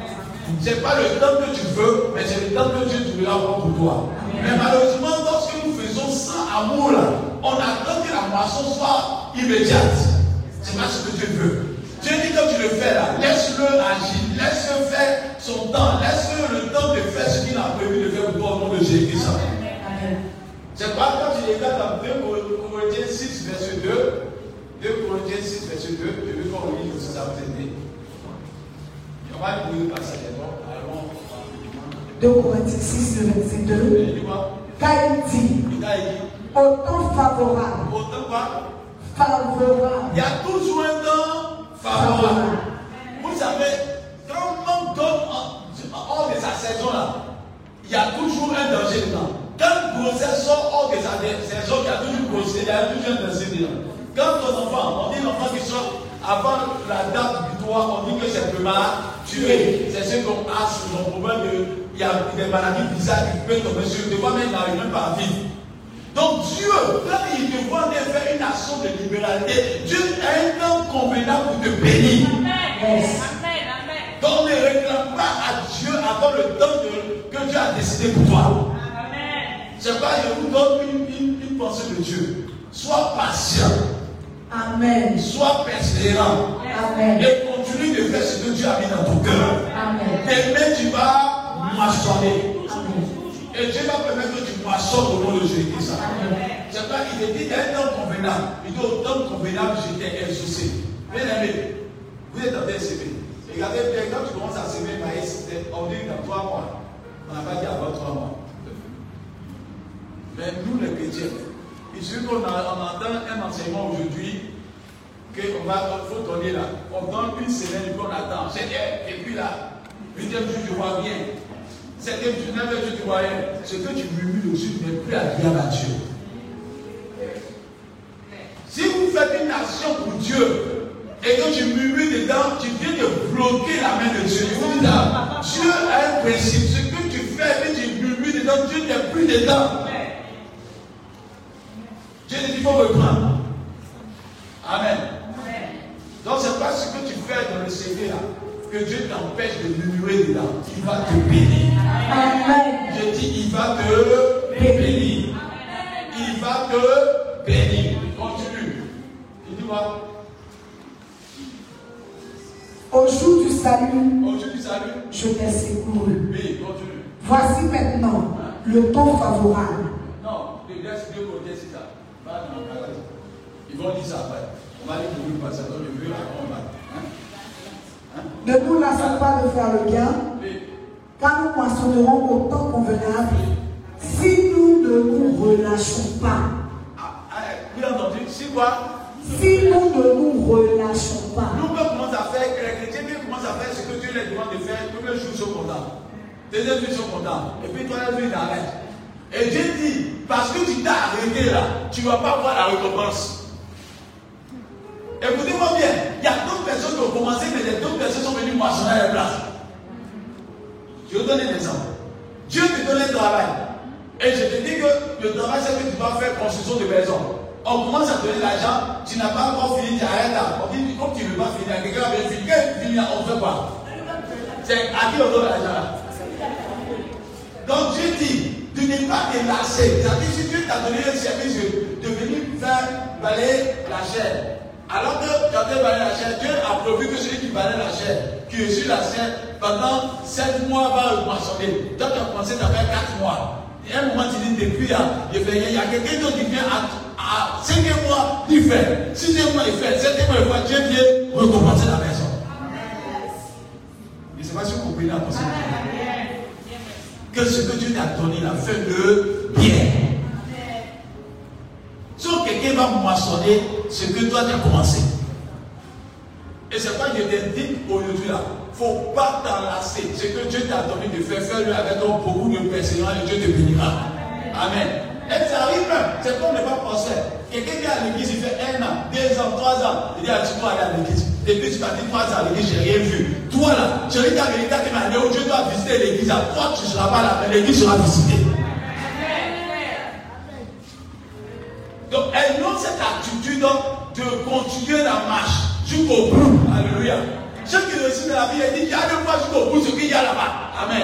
Ce n'est pas le temps que tu veux, mais c'est le temps que Dieu te voudra avoir pour toi. Mais malheureusement, lorsque nous faisons sans amour, là, on attend que la moisson soit immédiate. Ce n'est pas ce que Dieu veut. Dieu dit que tu le fais là, laisse-le agir, laisse-le faire son temps, laisse-le le temps de faire ce qu'il a prévu de faire pour toi au nom de Jésus-Christ. C'est pas quand tu regardes dans deux Corinthiens six, verset deux, deux Corinthiens six, verset deux, je veux qu'on lit aussi, ça vous aider. On va lire le passage, allons. deux Corinthiens six, verset deux. Car il dit, au temps favorable. Au temps quoi? Favorable. Il y a toujours un temps favorable. Vous savez, quand on donne hors de sa saison là, il y a toujours un danger dedans. Quand le grossesse sort hors de sa saison, il y a toujours grossesse, il y a toujours un danger dedans. Quand ton enfant, on dit l'enfant qui sort avant la date butoir, on dit que c'est prématuré. C'est ce qu'on a sur le problème de. Il y a des maladies bizarres qui peuvent tomber sur le devant, mais il n'arrive même pas à vivre. Donc Dieu, quand il te voit faire une action de libéralité, Dieu a un temps convenable pour te bénir. Amen. Amen. Amen. Donc ne réclame pas à Dieu avant le temps de, que Dieu a décidé pour toi. Amen. C'est pas, je vous donne une, une, une pensée de Dieu. Sois patient. Amen. Sois persévérant. Amen. Et continue de faire ce que Dieu a mis dans ton cœur. Amen. Demain tu vas moissonner. Amen. Et Dieu va permettre que tu moissonnes au nom de Jésus-Christ. C'est pas qu'il te dit, il y a un temps convenable. Il dit, au temps convenable, je t'ai exaucé. Bien aimé, vous êtes en train de s'aimer. Regardez bien, quand tu commences à s'aimer, maïs, on dit dans trois mois. On n'a pas dit avant trois mois. Mais nous, les chrétiens, il suffit qu'on entend un enseignement aujourd'hui, qu'on va, il faut donner là. On donne une semaine, et puis on attend. Et puis là, huitième jour, tu vois bien. Septième jour, neuvième jour, tu vois rien. Ce que tu murmures aussi, tu n'es plus agréable à Dieu. Si vous faites une action pour Dieu et que tu murmures dedans, tu viens de bloquer la main de Dieu. Je vous dis là, Dieu a un principe. Ce que tu fais et que tu murmures dedans, Dieu n'est plus dedans. Dieu dit qu'il faut reprendre. Amen. Donc c'est pas ce que tu fais dans le C V là que Dieu t'empêche de murmurer dedans. Il va te bénir. Amen. Je dis, il va te bénir. Il va te bénir. Continue. Il dit quoi? Au jour du salut, Au jour du salut, je t'ai secouru. oui, continue. Voici maintenant le temps favorable. Non, les gars, c'est Dieu qu'on dit c'est ça. Pas dans le cas. Ils vont dire ça après. On va aller pour lui passer dans le mur, on va. Ne nous lassons pas de faire le bien, Oui. car nous moissonnerons au temps convenable si nous ne nous relâchons pas. Ah, ah, vous avez entendu? Si quoi? Si nous ne nous relâchons pas. Nous, on commence à faire, les chrétiens qui commencent à faire ce que Dieu les demande de faire, premier jour, ils sont contents. Deuxième jour, ils sont contents. Et puis, troisième jour, ils arrêtent. Et Dieu dit, parce que tu t'as arrêté là, tu ne vas pas voir la récompense. Écoutez-moi bien, il y a d'autres personnes qui ont commencé, mais d'autres personnes sont venues moissonner à la place. Je vais vous donner un exemple. Dieu te donne un travail. Et je te dis que le travail, c'est que tu vas faire construction de maison. On commence à te donner l'argent, tu n'as pas encore fini, tu arrêtes là. On dit, comme tu ne veux pas finir, quelqu'un va finir. Quand il finit, on fait quoi? C'est à qui on donne l'argent là? Donc Dieu dit, tu n'es pas délassé. C'est-à-dire, si Dieu t'a donné un service de venir faire balayer la chair, alors que quand tu balayer la chair, Dieu a prévu que celui qui balaye la chair, qui est sur la chair, pendant sept mois va moissonner. Toi, tu as commencé à faire quatre mois. Et à un moment, tu dis, depuis là, il y a quelqu'un d'autre qui vient à, à cinquième mois, il fait. Sixième mois, il fait. Septième mois, il fait. Dieu vient recommencer la maison. Je ne sais pas si vous comprenez la pensée. Que ce que Dieu t'a donné, là, fais-le bien. Si quelqu'un va moissonner ce que toi tu as commencé. Et c'est pas que je t'indique aujourd'hui là. Il ne faut pas t'enlacer. Ce que Dieu t'a donné de faire, fais-le avec beaucoup de persévérance et Dieu te bénira. Amen. Et ça arrive même. C'est comme ne pas penser. Quelqu'un qui est à l'église, il fait un an, deux ans, trois ans. Il dit, ah, tu dois aller à l'église. Depuis tu m'as dit trois ans à l'église, j'ai rien vu. Toi là, je dis à l'église qui m'a dit, oh, Dieu doit visiter l'église. Toi, tu ne seras pas là, mais l'église sera visitée. Donc, ayons cette attitude de continuer la marche jusqu'au bout. Alléluia. Ceux qui réussissent dans la vie, il dit, il y a deux fois jusqu'au bout ce qu'il y a là-bas. Amen.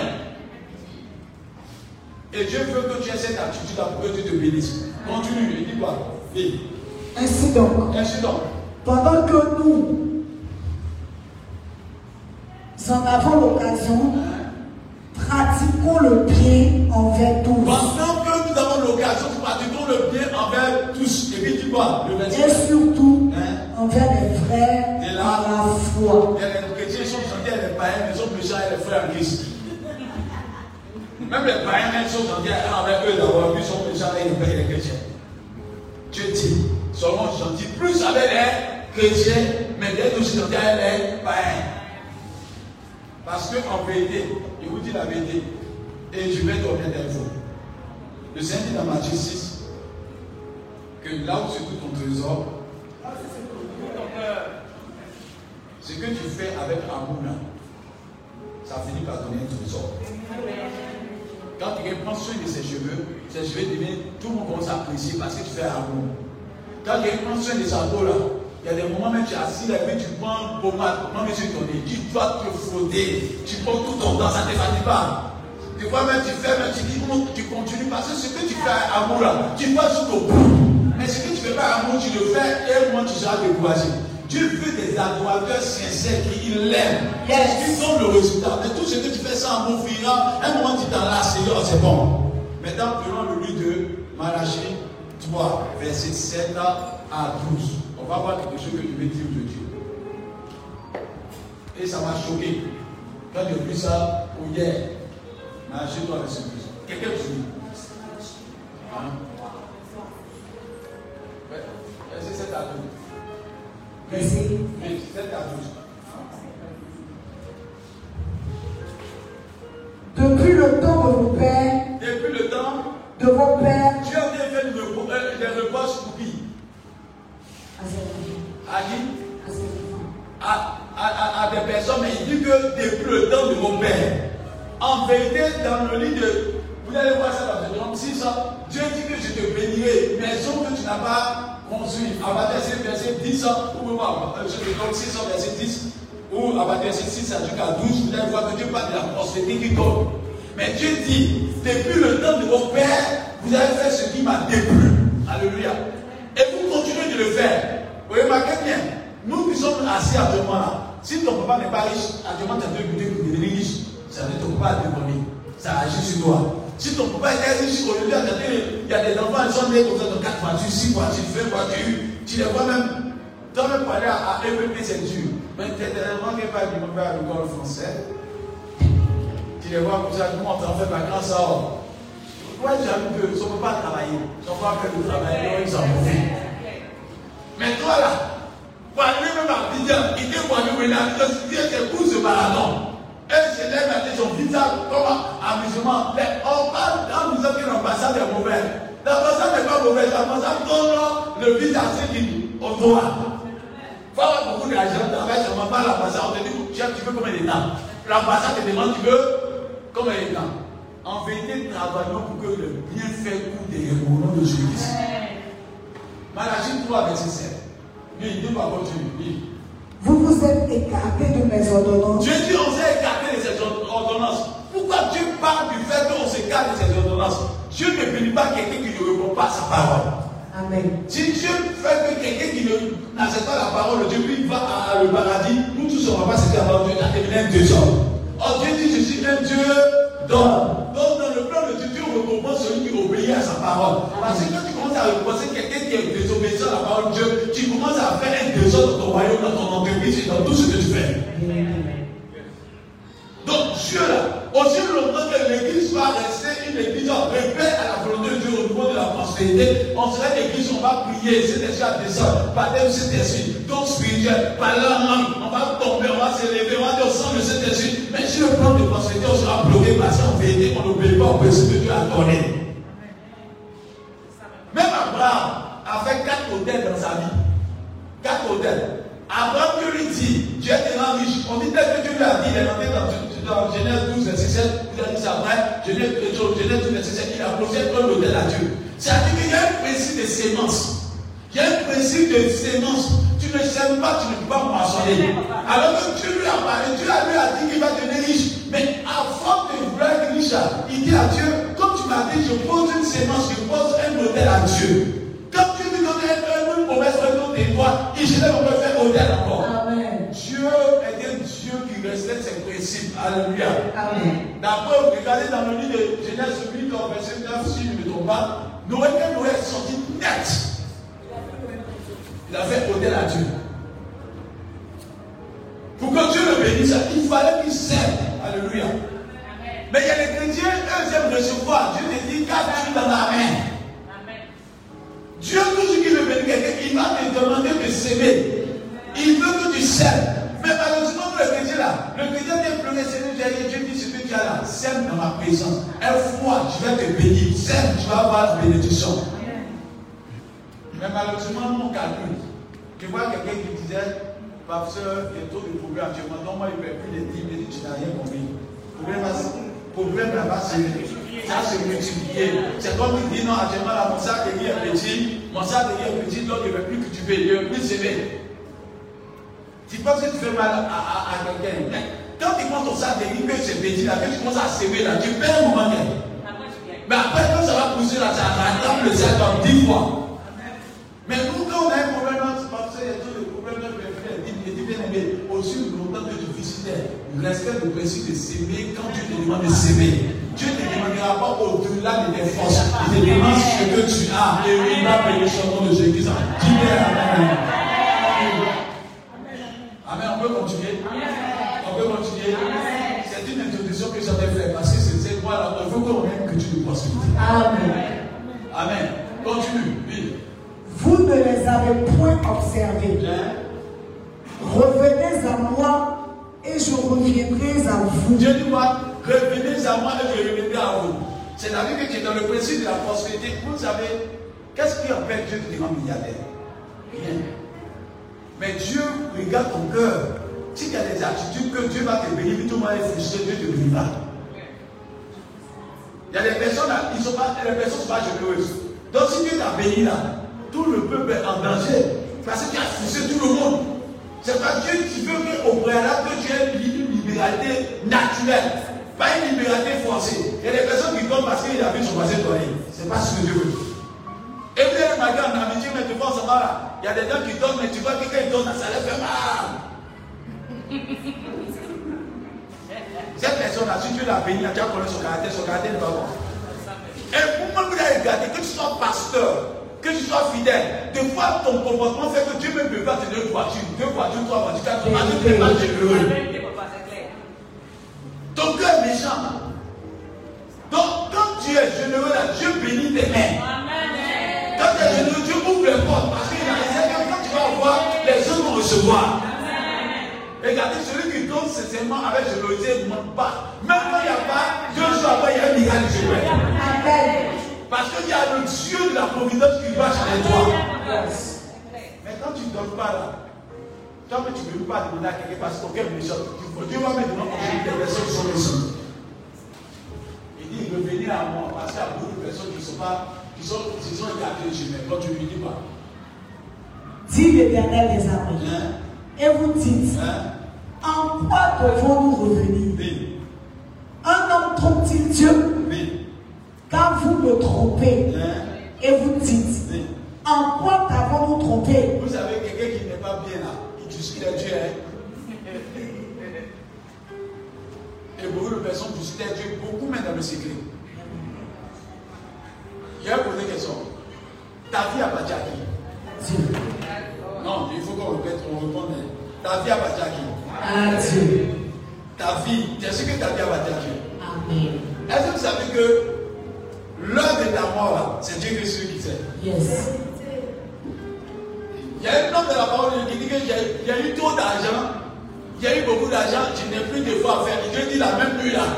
Et Dieu veut que tu aies cette attitude pour que tu te bénisses. Continue, il dit quoi? Oui. Ainsi donc, Ainsi donc, pendant que nous en avons l'occasion, pratiquons le bien envers tous. Pendant que nous avons l'occasion, nous pratiquons le bien envers tous. Et puis il dit quoi? Le verset. Et surtout, Hein? envers les frères Et là, à la foi. les chrétiens sont gentils, les païens, ils sont méchants et les frères en Christ. Même les païens, même sont gentils avec eux d'abord, puis ils sont méchants et les chrétiens. Dieu dit, soyons gentils plus avec les chrétiens, mais d'être aussi gentils avec les païens. Parce qu'en vérité, il vous dit la vérité, et je vais donner des vous. Le Seigneur dit dans Matthieu six que là où se trouve ton trésor, ce que tu fais avec amour là, ça finit par donner un trésor. Quand quelqu'un prend soin de ses cheveux, ses cheveux deviennent, tout le monde commence à apprécier parce que tu fais amour. Quand quelqu'un prend soin de sa peau là, il y a des moments même tu es assis là, et puis tu prends pommade, non mais sur ton nez, tu dois te frotter, tu prends tout ton temps, ça ne te fatigue pas. Des fois même tu fais, même tu dis, non, tu continues parce que ce que tu fais à amour là, tu vas jusqu'au bout. Mais ce que tu fais pas à amour, tu le fais et moi tu seras découragé. Dieu veut des adorateurs sincères qui l'aiment, yes. Qui donnent le résultat. Mais tout ce que tu fais sans amour finira, un moment tu t'en lasses, Seigneur, c'est bon. Maintenant prenons le livre de Malachie trois, verset sept à douze. On va voir quelque chose que je vais dire de Dieu. Et ça m'a choqué. Quand j'ai vu ça hier, Malachie trois, verset douze. Quelqu'un te dit. Hein? Verset sept à douze. Verset sept à douze. Depuis le temps de vos pères, Depuis le temps de vos pères, Dieu a bien fait des reproches pour qui? À qui? À, à, à, à des personnes, mais il dit que depuis le temps de vos pères. En vérité, dans le livre de. Vous allez voir ça dans Deutéronome six, Dieu dit que je te bénirai, maison que tu n'as pas construite. À partir de verset dix, ou Deutéronome six, verset dix, ou à partir de verset six jusqu'à douze, vous allez voir que Dieu parle de la prospérité qui donne. Mais Dieu dit, depuis le temps de vos pères, vous avez fait ce qui m'a déplu. Alléluia. Et vous continuez de le faire. Vous remarquez bien, nous qui sommes assis actuellement là, si ton papa n'est pas riche, actuellement tu as deux buts pour devenir riche, ça ne ton papa te donner. Ça agit sur toi. Si ton papa est riche, aujourd'hui, il y a des enfants, ils sont nés comme ça dans quatre voitures, six voitures, vingt voitures, tu les vois même. Toi-même pour aller à E P P, c'est dur. Mais tu as des enfants qui ne pas du monde à l'école français. Tu les vois comme ça, comment tu en fais ma grâce à eux. Pourquoi j'aime que son papa travailler, son papa fait le travail, ils s'en profitent. Mais toi là, pour aller même à Abidjan, il dit pour aller à Abidjan, c'est pour ce baladon. Et je lève à son visage comme amusement. Mais on parle en disant que l'ambassade est mauvaise. L'ambassade n'est pas mauvaise, l'ambassade donne le visage qui on doit. Il faut avoir beaucoup d'argent, travailler seulement pas l'ambassade. On te dit, tu veux combien de temps? L'ambassade te demande, tu veux combien de temps? En vérité, travaillons pour que le bienfait coûte des au nom de Jésus. Malachie trois, verset sept. Oui, il dit pas continuer. vous vous êtes écartés de mes ordonnances. Dieu dit on s'est écarté de ces ordonnances. Pourquoi Dieu parle du fait qu'on s'écarte de ces ordonnances? Dieu ne bénit pas quelqu'un qui ne répond pas à sa parole. Amen. Si Dieu fait que quelqu'un qui n'accepte pas la parole de Dieu, lui va à le paradis, nous tous on ne va pas accepter la parole de Dieu, il a terminé un deux hommes. Or Dieu dit je suis un Dieu d'homme. Donc dans le plan de Dieu, Dieu récompense celui qui obéit à sa parole. Parce que quand tu commences à récompenser quelqu'un qui est désobéissant à la parole de Dieu, tu commences à faire un désordre dans ton royaume, dans ton entreprise et dans tout ce que tu fais. Donc Dieu là, aussi longtemps que l'église va rester une église en répète à la volonté de Dieu au niveau de la prospérité, on sera une église, on va prier, cet esprit à descendre, par le Saint-Esprit, donc spirituel, par la langue, on va tomber, on va s'élever, on va dire au sang de Saint-Esprit. Mais si le plan de prospérité, on sera bloqué parce qu'en vérité, on n'obéit pas au principe que Dieu a donné. Même Abraham a fait quatre hôtels dans sa vie. Quatre hôtels. Abraham, Dieu lui dit, Dieu est tellement riche. On dit tel que Dieu lui a dit, il est rentré dans, dans Genèse douze, verset sept, il a dit ça après, Genèse douze, verset sept, il a posé un hôtel à Dieu. C'est-à-dire qu'il y a un principe de sémence. Il y a un principe de sémence. Tu tu ne sèmes pas, tu ne peux pas moissonner. Alors que Dieu lui a parlé, Dieu lui a dit qu'il va devenir riche. Mais avant de vouloir être riche, il dit à Dieu, comme tu m'as dit, je pose une sémence, je pose un modèle à Dieu. Comme Dieu lui donne une promesse, redonne des doigts, il je ne peux faire modèle encore. Amen. Dieu est un Dieu qui respecte ses principes. Alléluia. Amen. D'abord, regardez dans le livre de Genèse huit, verset neuf, si je ne me trompe pas, Noé, quand Noé est sorti net, il a fait modèle à Dieu. Pour que Dieu le bénisse, il fallait qu'il sème. Alléluia. Amen. Mais il y a les chrétiens, eux, ils aiment recevoir. Dieu te dit, qu'as-tu dans la main? Amen. Dieu, tout ce qui veut bénir quelqu'un, il va te demander de s'aimer. Il veut que tu sèmes. Mais malheureusement, le chrétien là, le chrétien vient pleurer, Seigneur, Dieu dit ce que tu as là, sème dans ma présence. Un fois, je vais te bénir. Sème, tu vas avoir la bénédiction. Amen. Mais malheureusement, mon calcul, je vois quelqu'un qui disait, pasteur, il y a trop de problèmes actuellement. Donc, moi, il ne paie plus les dix minutes, tu n'as rien compris. Le problème là-bas, c'est ça se multiplier. C'est comme il dit, non, actuellement, là, mon sac de riz est petit, mon sac de riz est petit, donc il ne veut plus que tu payes, il ne veut plus s'aimer. Tu penses que tu fais mal à, à, à quelqu'un. Quand tu prends ton sac de riz, que c'est petit, là, que tu commences à s'aimer, là, tu perds un moment. Mais après, quand ça va pousser, là, ça rattrape le sac comme dix fois. Mais nous, quand on a un problème, c'est parce qu'il y a tous les problèmes de bien-aimé, aussi longtemps que tu visitais, respecte le principe de s'aimer quand Dieu te demande de s'aimer. Dieu ne te demandera pas au-delà de tes forces. Il te demande ce que tu as et il va payer son nom de Jésus. Dis-le Amen. Amen. On peut continuer. On peut continuer. C'est une introduction que j'avais faite parce que c'est voilà, il faut qu'on ait que tu nous prospérités. Amen. Amen. Continue. Oui. Vous ne les avez point observés. Revenez à moi et je reviendrai à vous. Dieu dit quoi? Revenez à moi et je reviendrai à vous. C'est-à-dire que tu es dans le principe de la prospérité. Vous savez, qu'est-ce qui empêche Dieu de devenir milliardaire? Rien. Mais Dieu regarde ton cœur. Si tu as des attitudes que Dieu va te bénir, tout le monde est frustré, Dieu te bénira. Il y a des personnes là, ils sont pas, les personnes ne sont pas généreuses. Donc si Dieu t'a béni là, tout le peuple est en danger. Parce que tu as frustré tout le monde. C'est parce que Dieu veut qu'au préalable que tu aies une libéralité naturelle, pas une libéralité forcée. Il y a des personnes qui tombent parce qu'il a vu son voisin donner. C'est pas ce que Dieu veut. Et vous avez remarqué en amitié, mais tu vois, ça va là. Il y a des gens qui donnent, mais tu vois que quand ils donnent, ça leur fait mal. Cette personne-là, si tu l'as béni, tu as connu son caractère, son caractère n'est pas bon. Et pour moi, vous avez regardé, que tu sois pasteur, que tu sois fidèle, des fois ton comportement fait que Dieu même peut pas te donner une voiture, deux voitures, trois voitures, quatre voitures, tu n'es pas généreux. Ton cœur est méchant. Donc quand tu es généreux là, Dieu bénit tes mains. Quand tu es généreux, Dieu ouvre les portes parce qu'il a dit que quand tu vas voir, les autres vont recevoir. Regardez, celui qui donne sincèrement avec générosité ne manque pas. Même quand il n'y a pas, deux jours après, il y a un miracle de Dieu. Parce qu'il y a le Dieu de la providence qui va chez toi. Mais quand tu ne donnes pas là, tant que tu ne veux pas demander à quelqu'un parce qu'aucun méchant, Dieu va maintenant manger des personnes qui sont méchantes. Il dit, revenez à moi parce qu'il y a beaucoup de personnes qui sont pas, qui sont, qui sont écartées chez moi. Quand tu lui dis pas. Dit l'Éternel des armées. Hein? Et vous dites, hein? En quoi devons-nous revenir? Oui. Un homme trompe-t-il Dieu? Oui. Quand vous me trompez, hein? Et vous dites, oui. En quoi t'avons-nous trompé? Vous savez, quelqu'un qui n'est pas bien là, qui discute à Dieu, hein? Et beaucoup de personnes discutent à Dieu, beaucoup même dans le secret. Il y a posé une question. Ta vie appartient à qui? Dieu. Non, il faut qu'on répète, on réponde. Ta vie appartient à qui? À Dieu. Ta vie, tu sais que ta vie appartient à Dieu. Amen. Est-ce que vous savez que l'heure de ta mort, c'est Dieu qui sait qui sait? Yes. Il y a un homme de la parole qui dit qu'il y a eu trop d'argent, il y a eu beaucoup d'argent, tu n'as plus de fois à faire. Dieu dit la même nuit là.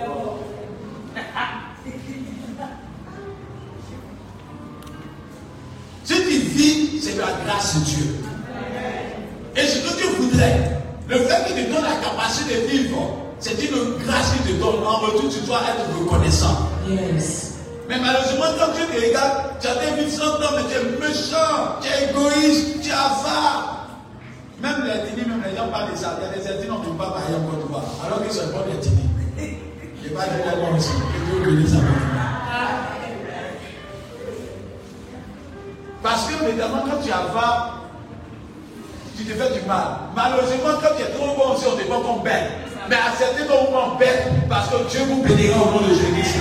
Si tu vis, c'est la grâce de Dieu. Et ce que Dieu voudrait, le fait qu'il te donne la capacité de vivre, c'est une grâce qu'il te donne. En retour, tu dois être reconnaissant. Yes. Mais malheureusement, quand Dieu te regarde, tu as des vies sans temps, mais tu es méchant, tu es égoïste, tu es avare. Même les ethnies, même les gens parlent de ça. Il y a des ethnies, on ne peut pas parler en Côte d'Ivoire. Alors qu'ils sont pas des ethnies. Je ne vais pas dire la bonne aussi. Que Dieu bénisse sa vie. Parce que, évidemment, quand tu avares, tu te fais du mal. Malheureusement, quand tu es trop bon aussi, on te voit comme bête. Mais acceptez qu'on vous voit bête parce que Dieu vous bénira au nom de Jésus.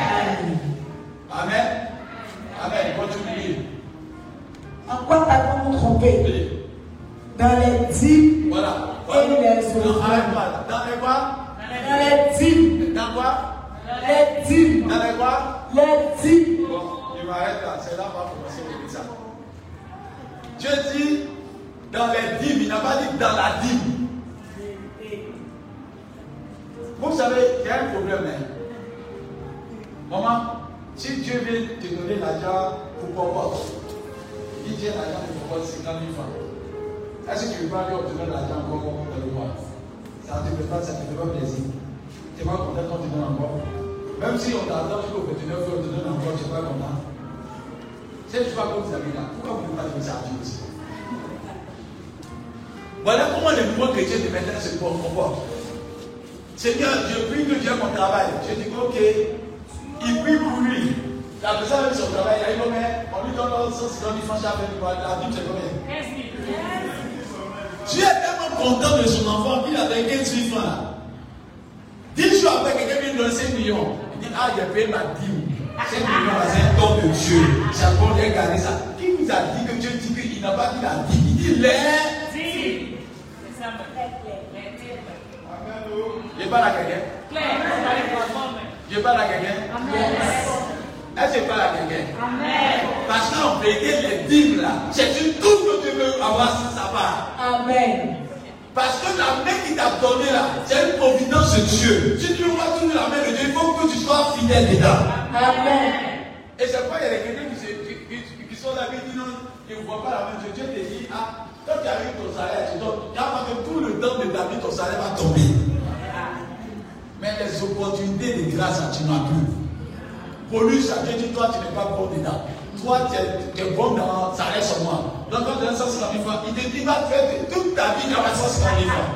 Amen. Amen. Continue. En quoi t'avons-nous trompé? Dans les dîmes voilà. et les offrandes. Dans les quoi? Dans les dîmes. Dans quoi? Les dîmes. Dans les quoi? Les dîmes. Bon, il m'arrête là. C'est là qu'on va commencer à dire ça. Dieu dit dans les dîmes. Il n'a pas dit dans la dîme. Vous savez, il y a un problème. Hein? Maman, si Dieu vient te donner l'argent pour compote, il tient l'argent pour compote cinquante mille francs. Est-ce que tu veux pas lui obtenir l'argent encore dans le mois? Ça ne te fait pas, ça ne te fait pas plaisir. Tu n'es pas content quand tu donnes encore. Même si on t'attend jusqu'au vingt-neuf heures, on te donne encore, tu n'es pas content. C'est juste pas comme vous avez là. Pourquoi vous ne pouvez pas donner ça à Dieu aussi? Voilà comment les mouvements chrétiens de maintenant se comportent. Seigneur, je prie que Dieu ait mon travail. Je dis ok, il prie pour lui. La personne avec son travail, il y a une combien? On lui donne cent cinquante mille francs chaque fois. La Bible c'est combien? Dieu est tellement content de son enfant qu'il a donné quinze mille francs. dix jours après, quelqu'un vient de donner cinq millions. Il dit, ah, j'ai payé ma dîme. cinq millions, c'est un don de Dieu. C'est un bon de gagner ça. Qui vous a dit que Dieu dit qu'il n'a pas dit la dîme? Il dit les dîmes. C'est ça, je parle à quelqu'un. Je parle à quelqu'un. Est-ce que je parle à quelqu'un? Parce qu'en vérité, les dîmes là, c'est une tout que tu veux avoir sur sa part. Amen. Parce que la main qui t'a donné là, c'est une providence de Dieu. Si tu vois toujours la main de Dieu, il faut que tu sois fidèle dedans. Amen. Et c'est pourquoi il y a des chrétiens qui, qui, qui, qui sont là et qui disent non, ils ne voient pas la main de Dieu. Dieu te dit, ah, quand tu arrives ton salaire, tu donnes. Il n'y a pas que tout le temps de ta vie, ton salaire va tomber. Mais les opportunités de grâce, tu n'as plus. Pour lui, ça te dit, toi, tu n'es pas bon dedans. Toi, tu es, es bon dans ça reste sur moi. Donc, quand tu as cent cinquante mille francs, il te dit, va faire toute ta vie dans cent cinquante mille francs.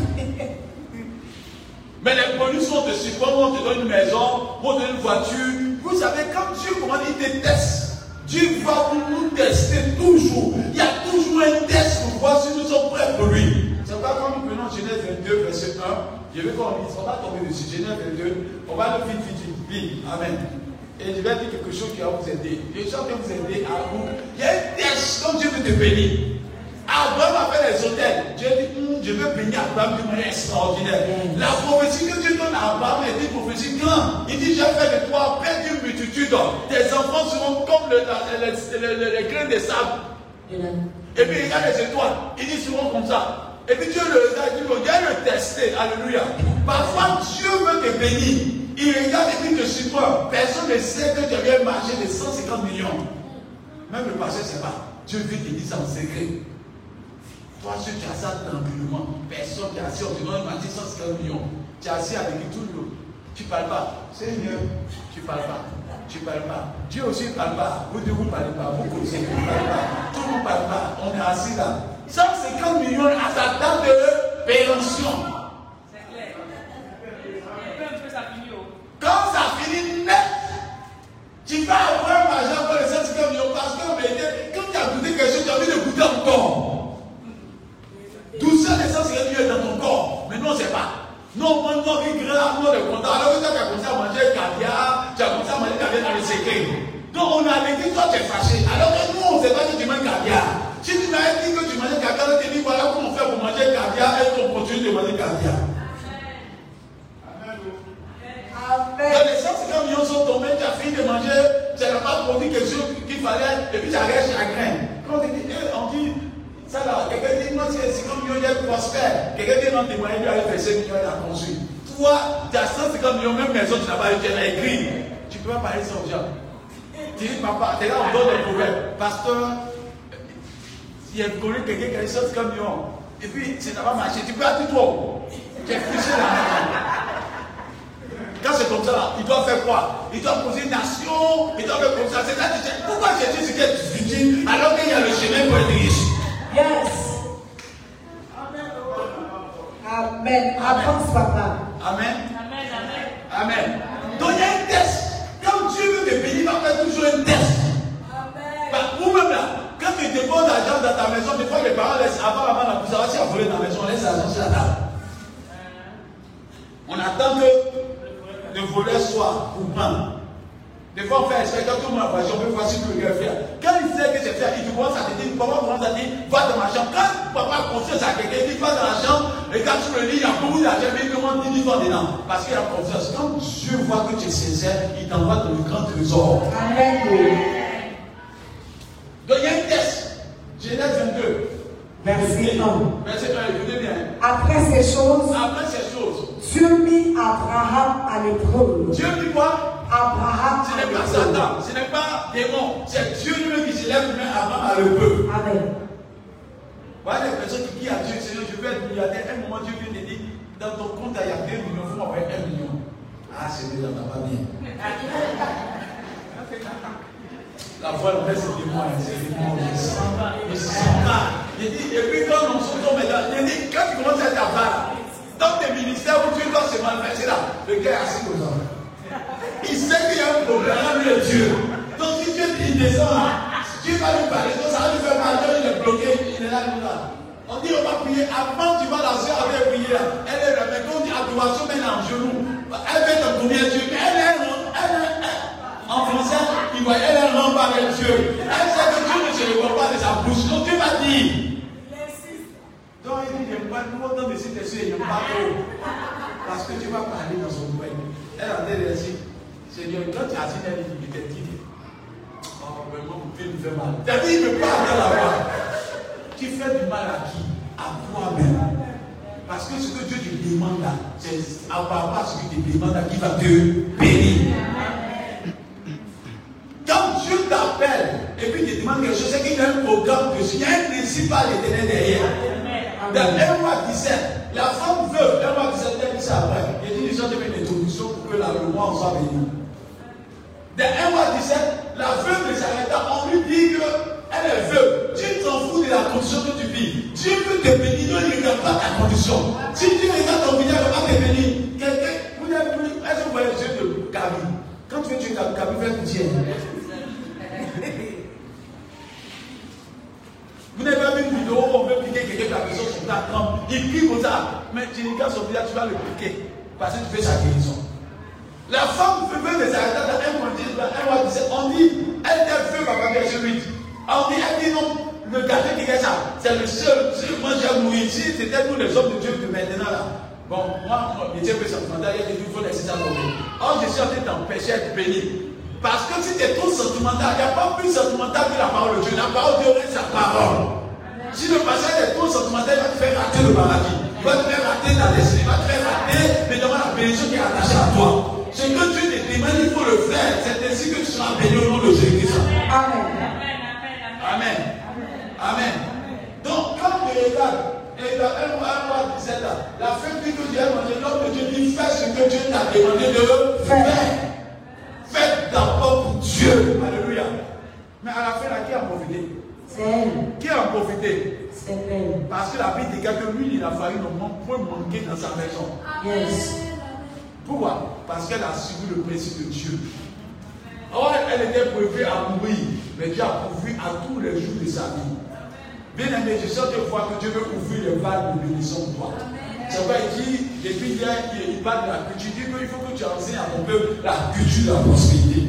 Mais les bonus sont te supportent, on te donne une maison, on te donne une voiture. Vous savez, quand Dieu commande, il te teste. Dieu va nous tester toujours. Il y a toujours un test pour voir si nous sommes prêts pour lui. C'est pas quand nous prenons Genèse vingt-deux, verset un. Je veux qu'on lise, on va tomber dessus. Genèse vingt-deux, on va le vite, vite, vite. Amen. Et je vais dire quelque chose qui va vous aider. Je sens que vous aider à vous. Il y a un test comme Dieu veut te bénir. Abraham a fait les hôtels. Dieu dit, hm, je veux bénir Abraham d'une manière extraordinaire. La prophétie que Dieu donne à Abraham est une prophétie grande. Il dit, j'ai fait de toi père d'une multitude. Tes enfants seront comme le, les, les, les, les grains de sable. Et puis il regarde les étoiles. Il dit, seront comme ça. Et puis Dieu le regarde, il dit, viens le tester. Alléluia. Parfois, Dieu veut te bénir. Il regarde et puis te supporte. Personne ne sait que tu as bien marché de cent cinquante millions. Même le pasteur ne sait pas. Dieu veut te dire ça en secret. Toi, si tu as ça tranquillement, personne qui est assis, on te donne une cent cinquante millions. Tu es assis avec tout le monde. Tu ne parles pas. Seigneur, tu ne parles pas. Tu ne parles pas. Dieu aussi ne parle pas. Vous deux, vous ne parlez pas. Vous connaissez, vous ne parlez pas. Tout le monde ne parle pas. On est assis là. cent cinquante millions à sa date de péremption. C'est clair. Quand ça finit net, tu vas avoir un argent pour les cent cinquante millions parce que quand tu as goûté quelque chose, tu as envie de goûter encore. Tout ça, les cent cinquante millions dans ton corps. Mais non, c'est pas. Non, non, non, il grave, non, le content. Alors que tu as commencé à manger caviar, tu as commencé à manger caviar dans le secret. Donc on a dit, toi tu es fâché. Alors que nous, on ne sait pas que tu manges caviar. Si tu m'avais dit que tu mangeais caviar, on te dit voilà comment on fait pour manger caviar et qu'on continue de manger caviar. Amen. Quand les cent cinquante millions sont tombés, tu as fini de manger, tu n'as pas produit quelque chose qu'il fallait, et puis tu as resté chagrin. Quand on dit, on dit, ça là, quelqu'un dit, non, c'est cinquante millions, il est prospère. Quelqu'un dit, non, tes moyens, lui a fait cinq millions, il a construit. Toi, tu as cent cinquante millions, même maison, tu n'as pas eu, tu l'as écrit. Tu ne peux pas parler sans gens. Tu dis, papa, t'es là, on donne des problèmes. Pasteur, il y a connu quelqu'un qui a eu cent cinquante millions, et puis ça n'a pas marché, tu peux être toi. Tu es fiché là. Quand c'est comme ça, là, il doit faire quoi? Il doit poser une nation, il doit faire comme ça. C'est là que tu dis, pourquoi j'ai dit ce qu'il est difficile alors qu'il y a le chemin pour être riche? Yes. Amen. Avance, papa. Amen. Amen. Amen. Amen. Donc il y a un test. Quand Dieu veut te bénir, il va faire toujours un test. Amen. Vous-même là, quand tu déposes l'argent dans ta maison, des fois les parents laissent avant, avant la pousse, si à voler dans la maison, on laisse l'argent sur la table. On attend que le voleur soit pour prendre. Des fois on fait exprès, quand tout le monde a voiture, on peut voir si tu veux faire. Quand il sait que c'est fait, il commence à te dire, papa commence à dire, va dans ma chambre. Quand papa conseille à quelqu'un, il dit, va dans la chambre, regarde sur le lit, il y a beaucoup d'argent, mais il demande dix fois dedans. Parce qu'il a confiance. Quand Dieu voit que tu es sincère, il t'envoie dans le grand trésor. Amen. Donc il y a un test. Genèse vingt-deux. Verset un. Verset un, écoutez bien. Après ces choses, Après ces choses, Dieu mit Abraham à l'épreuve. Dieu dit quoi? Abraham. Ce n'est pas Satan, ce n'est pas démon, c'est Dieu lui-même qui se lève lui-même Abraham à l'épreuve. Amen. Voilà les personnes qui disent à Dieu, Seigneur, je veux être milliardaire. À un moment, Dieu vient te dire, dans ton compte, il y a deux millions, il faut m'envoyer un million. Ah, c'est déjà, ça va bien. La voix de c'est démon, c'est démon, je sens pas, je sens pas. Il dit, et puis quand on se tombe maintenant, il dit, quand tu commences à être avare, dans tes ministères où tu dois se manifester là, le gars est assis aux hommes. Il sait qu'il y a un problème avec Dieu. Donc si Dieu il descend là, Dieu va lui parler, donc ça va lui faire mal, il est bloqué, il est là, il est là. On dit on va prier, avant tu vas la soeur avec prier là. Elle est là, mais quand on dit adoration, elle est en genou. Elle fait ton premier Dieu, mais elle est, elle est, en français, il voit, elle est remplie avec Dieu. Elle sait que Dieu ne se le voit pas de sa bouche, donc Dieu va dire. Donc il dit, j'aime pas, nous autant de ces personnes, il n'aime pas trop. Parce que tu vas parler dans son doigt. Elle a dit, Seigneur, quand tu as dit, elle dit, il t'a dit, oh, vraiment, vous pouvez nous faire mal. Tu as dit, il me parle dans la voix. Tu fais du mal à qui? À toi-même. Parce que ce que Dieu te demande là, c'est à part ce que tu te demandes là, qui va te bénir. Quand Dieu t'appelle et puis il te demande quelque chose, c'est qu'il y a un programme dessus, il y a un principal éternel derrière. Dans un mois dix-sept, la femme veut, un mois dix-sept, elle dit ça après. Il dit, déjà, je vais une introduction pour que là, le mois soit béni. Dans un mois dix-sept, la veuve de Sarepta, on lui dit qu'elle est veuve. Tu t'en fous de la condition que tu vis. Dieu veut te bénir, ne regarde pas ta condition. Si Dieu regarde ton visage, il va te bénir. Quelqu'un, vous avez vu, est-ce que vous voyez le jeu de Gabi? Quand tu veux tuer Gabi, Gabi fait pitié. Vous n'avez pas vu une vidéo où on veut piquer quelqu'un qui a besoin sur ta trempe. Il crie comme ça. Mais tu regardes son visage, tu vas le piquer. Parce que tu fais sa guérison. La femme veut des arrêter dans un mois dix-sept. On dit, elle était veuve avant verset huit. On dit, elle dit non, le gâteau qui est ça, c'est le seul. Si moi j'ai mourir, si c'était nous les hommes de Dieu de maintenant là. Bon, moi, je suis un peu sentimental, il dit, il faut laisser ça tomber. Or, je suis en train d'empêcher d'être béni. Parce que si tu es trop sentimental, il n'y a pas plus sentimental que la parole de Dieu. La parole de Dieu reste sa parole. Si le passage est trop sentimental, il va te faire rater le paradis. Il va te faire rater ta destinée. Il va te faire rater, mais devant la bénédiction qui est attachée à toi. Ce que Dieu te demande, il faut le faire. C'est ainsi que tu seras béni au nom de Jésus-Christ. Amen. Amen. Amen. Donc, quand tu regardes, et dans un mois dix-sept ans, la femme dit que Dieu a demandé, l'homme de Dieu dit, fais ce que Dieu t'a demandé de faire. Faites d'abord pour Dieu. Alléluia. Mais à la fin, là, qui a profité? C'est elle. Qui a profité? C'est elle. Parce que la Bible dit que lui, il a failli ne point manquer dans sa maison. Yes. Pourquoi? Parce qu'elle a suivi le principe de Dieu. Or, elle était prévue à mourir, mais Dieu a pourvu à tous les jours de sa vie. Bien aimé, je sens de fois que Dieu veut ouvrir les valves de bénédiction pour toi. C'est pourquoi il dit, depuis hier, il parle de la culture. Il dit qu'il faut que tu enseignes à ton peuple la culture de la prospérité.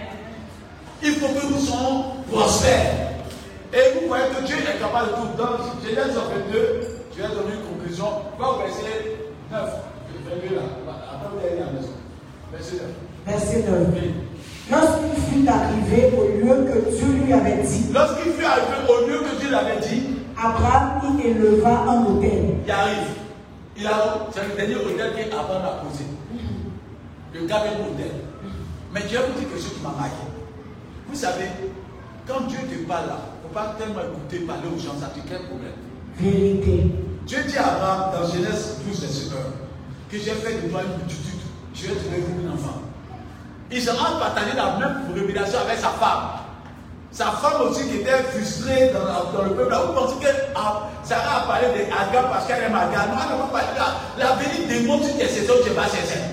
Il faut que nous soyons prospères. Et vous voyez que Dieu est capable de tout. Dans Genèse vingt-deux, je vais donner une conclusion. Va au verset neuf. vingt-deux là. Après, vous allez à la maison. Verset neuf. Verset neuf. Lorsqu'il fut arrivé au lieu que Dieu lui avait dit. Lorsqu'il fut arrivé au lieu que Dieu l'avait dit. Abraham y éleva un autel. Il arrive. Il a, c'est le dernier autel qu'Abraham a posé. Le gars est autel. Mais Dieu vous dit quelque chose qui m'a marqué. Vous savez, quand Dieu te parle là, il ne faut pas tellement écouter parler aux gens, ça te crée un problème. Vérité. Dieu dit à Abraham dans Genèse douze, verset un, que j'ai fait de toi une multitude, je vais te donner un enfant. Il se rend à partager la même révélation avec sa femme. Sa femme aussi qui était frustrée dans, la, dans le peuple. Là, vous pensez que ah, Sarah a parlé d'Agar parce qu'elle aime Agar. Non, elle n'a pas parlé de là. L'avenir démontre une exception, tu n'es pas sincère.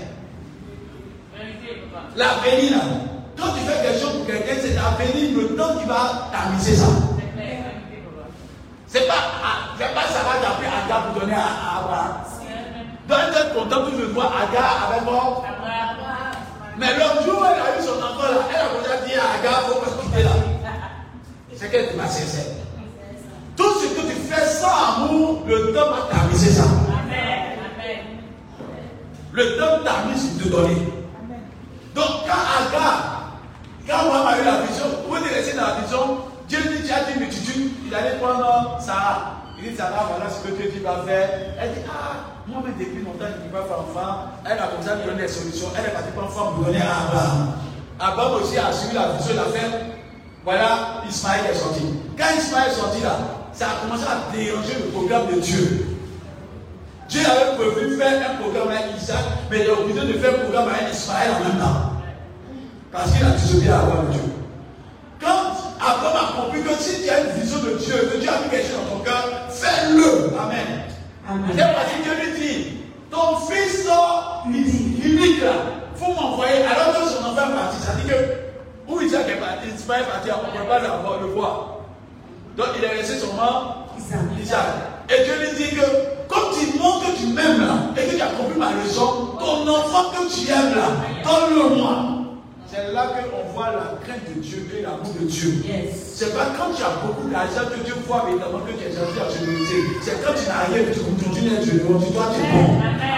L'avenir là. Quand tu fais quelque chose pour quelqu'un, c'est l'avenir, le temps qui va t'amuser ça. C'est pas, c'est pas Sarah qui a pris Agar pour donner à Abraham. Donc elle était contente de voir Agar avec moi. Mais le jour où elle a eu son enfant là, elle a déjà dit à Agar, il faut pas se quitter là. C'est qu'elle n'est pas sincère. Tout ce que tu fais sans amour, le temps va t'amuser ça. Amen. Amen. Le temps t'amuse de te donner. Donc quand Agar, quand Abraham a eu la vision, vous êtes resté dans la vision, Dieu dit, tu as dit multitude, il allait prendre Sarah. Il dit, Sarah, voilà ce que Dieu va faire. Elle dit, ah, moi-même depuis longtemps, je ne peux pas faire enfant. Elle a commencé à me donner des solutions. Elle est partie prendre enfant pour donner à Abraham. Abraham aussi a suivi la vision, il a fait. Voilà, Ismaël est sorti. Quand Ismaël est sorti là, ça a commencé à déranger le programme de Dieu. Dieu avait prévu faire un programme avec Isaac, mais il a obligé de faire un programme avec Ismaël en même temps. Parce qu'il a désobéi à la voix de Dieu. Quand Abraham a compris que si tu as une vision de Dieu, que Dieu a mis quelque chose dans ton cœur, fais-le. Amen. Amen. C'est parce que Dieu lui dit, ton fils unique là, il faut m'envoyer. Alors que son enfant est parti, ça dit que où Isaac est parti, Ismaël est parti, on ne peut pas le voir. Donc il est resté seulement Isaac. Et Dieu lui dit que, comme tu montres que tu m'aimes là, et que tu as compris ma leçon, ton enfant que tu aimes là, donne-le-moi. C'est là qu'on voit la crainte de Dieu et l'amour de Dieu. Yes. C'est pas quand tu as beaucoup d'argent que Dieu voit évidemment que tu es gentil à générosité. C'est quand tu n'as rien, tu continues à être généreux, tu dois être bon.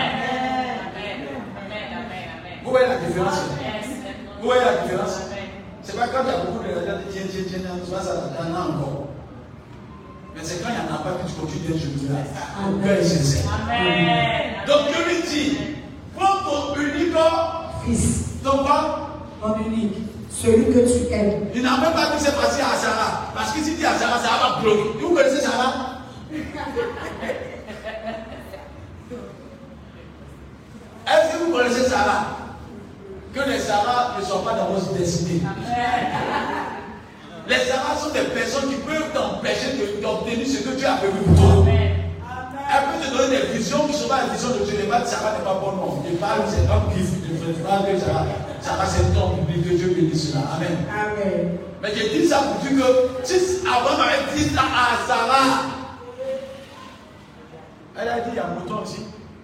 Vous voyez la différence? Vous voyez la différence? C'est pas quand tu as beaucoup d'argent, tu tiens, tiens, tiens, tu vas ça là encore. Mais c'est quand il n'y en a pas que tu continues d'être généreux. Ton cœur est sincère. Donc Dieu lui dit, prends ton unique fils. Ton quoi? Ton unique, celui que tu aimes. Il n'a même pas dit c'est passé à Sarah. Parce que s'il dit à Sarah, ça va bloquer. Vous connaissez Sarah? Est-ce que vous connaissez Sarah? Que les Sarah ne sont pas dans votre destinée. Les Sarah sont des personnes qui peuvent t'empêcher d'obtenir ce que Dieu a prévu pour toi. Elle peut te donner des visions qui ne sont pas les visions de Dieu. Les balles, Sarah n'est pas bonne, non. Les balles, c'est un kiff. Sarah, c'est le temps public que Dieu bénisse cela. Amen. Amen. Mais j'ai dit ça pour dire que si Abraham avait dit ça à Sarah, elle a dit il y a un mouton aussi.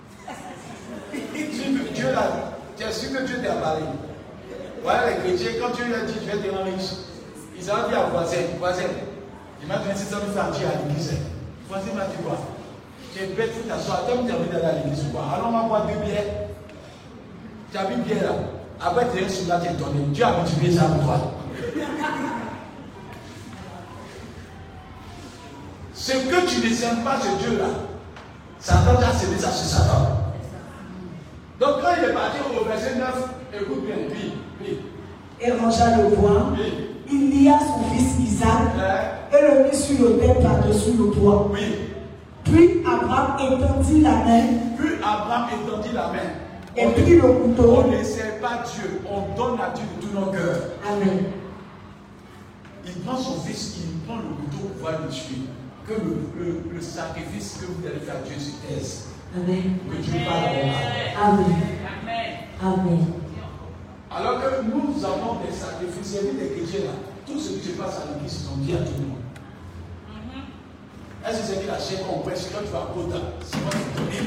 Dieu l'a dit. Tu es sûr que Dieu t'a parlé. Voilà les chrétiens, quand Dieu lui a dit tu vas te rendre riche, ils ont dit à voisin, voisin, il m'a donné six cent mille francs à l'église. Voisin m'a dit quoi? Tu es bête, tu t'assois, tu as envie d'aller à l'église ou quoi? Alors on va boire deux bières. Tu as vu bien là. Après tu es sur là, tu es donné. Dieu a multiplié ça pour toi. Ce que tu ne sèmes pas ce Dieu là, Satan t'a semé ça sur Satan. Donc quand il est parti au verset neuf, écoute bien, oui, oui. Et rangea le bois, oui. Il lia son fils Isaac, ouais. Et le mit sur l'autel par-dessus le bois. Oui. Puis Abraham étendit la main. Puis Abraham étendit la main. Et prit le couteau. On ne sert pas Dieu, on donne à Dieu de tous nos cœurs. Amen. Il prend son fils, il prend le couteau pour pouvoir le tuer. Que le, le, le sacrifice que vous allez faire à Dieu se taise. Amen. Que Dieu parle à vous. Amen. Amen. Amen. Alors que nous avons des sacrifices, il y a des chrétiens là. Tout ce qui se passe à l'église, ils ont dit à tout le monde. Est-ce que c'est que la chair qu'on prêche quand tu vas à Kota? C'est moi qui te donne.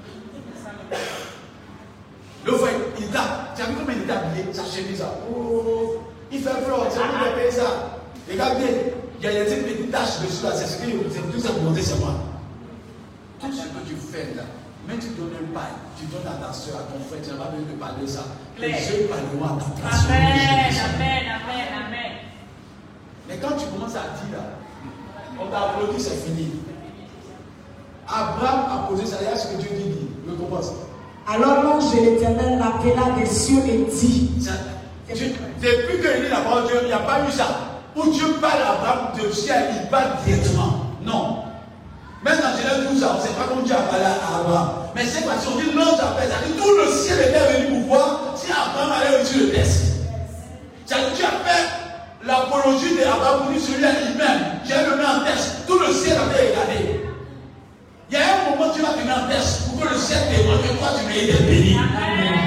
Le frère, il tape. Tu as vu comment il est habillé? Sa chemise là. Oh, il fait froid, tu as vu les pays ça. Regarde bien, il y a des petites taches dessus là. C'est ce que tout ça pour monter sur moi. Tout ce que tu fais là, mais tu donnes un pain, tu donnes à ta soeur, à ton frère, tu n'as pas besoin de parler de ça. Les yeux parleront à ta place. Amen, amen, amen, amen. Mais quand tu commences à dire là, on t'a applaudi, c'est fini. Abraham a posé ça, il y a ce que Dieu dit, le commence. Alors l'ange de l'Éternel l'appela des cieux et dit. Depuis qu'il lit la parole de Dieu, il n'y a pas eu ça. Où Dieu parle à Abraham de ciel, il parle directement. Non. Même dans Genèse douze, on ne sait pas comment Dieu a parlé à Abraham. Mais c'est parce qu'on dit l'ange appelle, ça dit tout le ciel était venu pour voir si Abraham allait réussir le test. Ça dit Dieu a fait l'apologie l'évangile d'Abraham dit celui-là lui-même, j'ai le mis en test. Tout le ciel avait regardé. Il y a un moment où tu vas te mettre en test pour que le ciel témoigne que toi tu mérites d'être béni. Amen.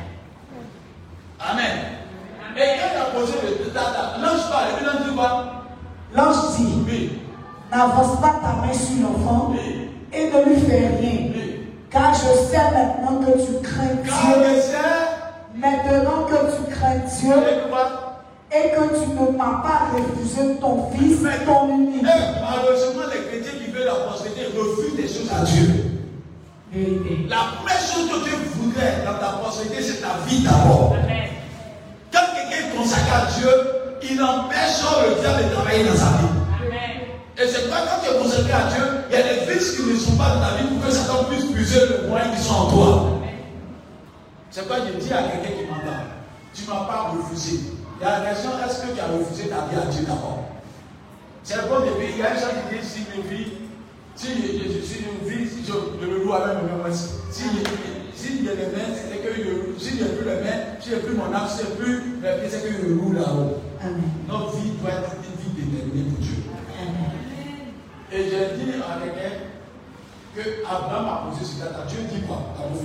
Amen. Et quand il a posé le dada, l'ange parle, et l'ange dit quoi? L'ange dit, oui. N'avance pas ta main sur l'enfant, oui, et ne lui fais rien. Oui. Car je sais maintenant que tu crains Car Dieu. je sais. Maintenant que tu crains Dieu. Et que tu ne m'as pas refusé ton fils, mais ton unique. Malheureusement, les chrétiens qui veulent la prospérité refusent des choses à Dieu. Vérité. La première chose que Dieu voudrait dans ta prospérité, c'est ta vie d'abord. Quand quelqu'un est consacré à Dieu, il empêche le diable de travailler dans sa vie. Et c'est pas quand tu es consacré à Dieu, il y a des vices qui ne sont pas dans ta vie pour que Satan puisse puiser le moyen qui sont en toi. C'est quoi je dis à quelqu'un qui m'entend? Tu ne m'as pas refusé. Il y a la question, est-ce que tu as refusé ta vie à Dieu d'abord? C'est le bon début. Il y a un chant qui dit, si je vis, si je suis une vie, si je le loue avec mes mains, si j'ai les mains, c'est que je, si je n'ai plus les mains, si je n'ai plus mon âme, si je n'ai plus les pieds, c'est que je loue là-haut. Notre vie doit être une vie déterminée pour Dieu. Amen. Et j'ai dit à quelqu'un que Abraham a posé sur la table. Dieu dit quoi?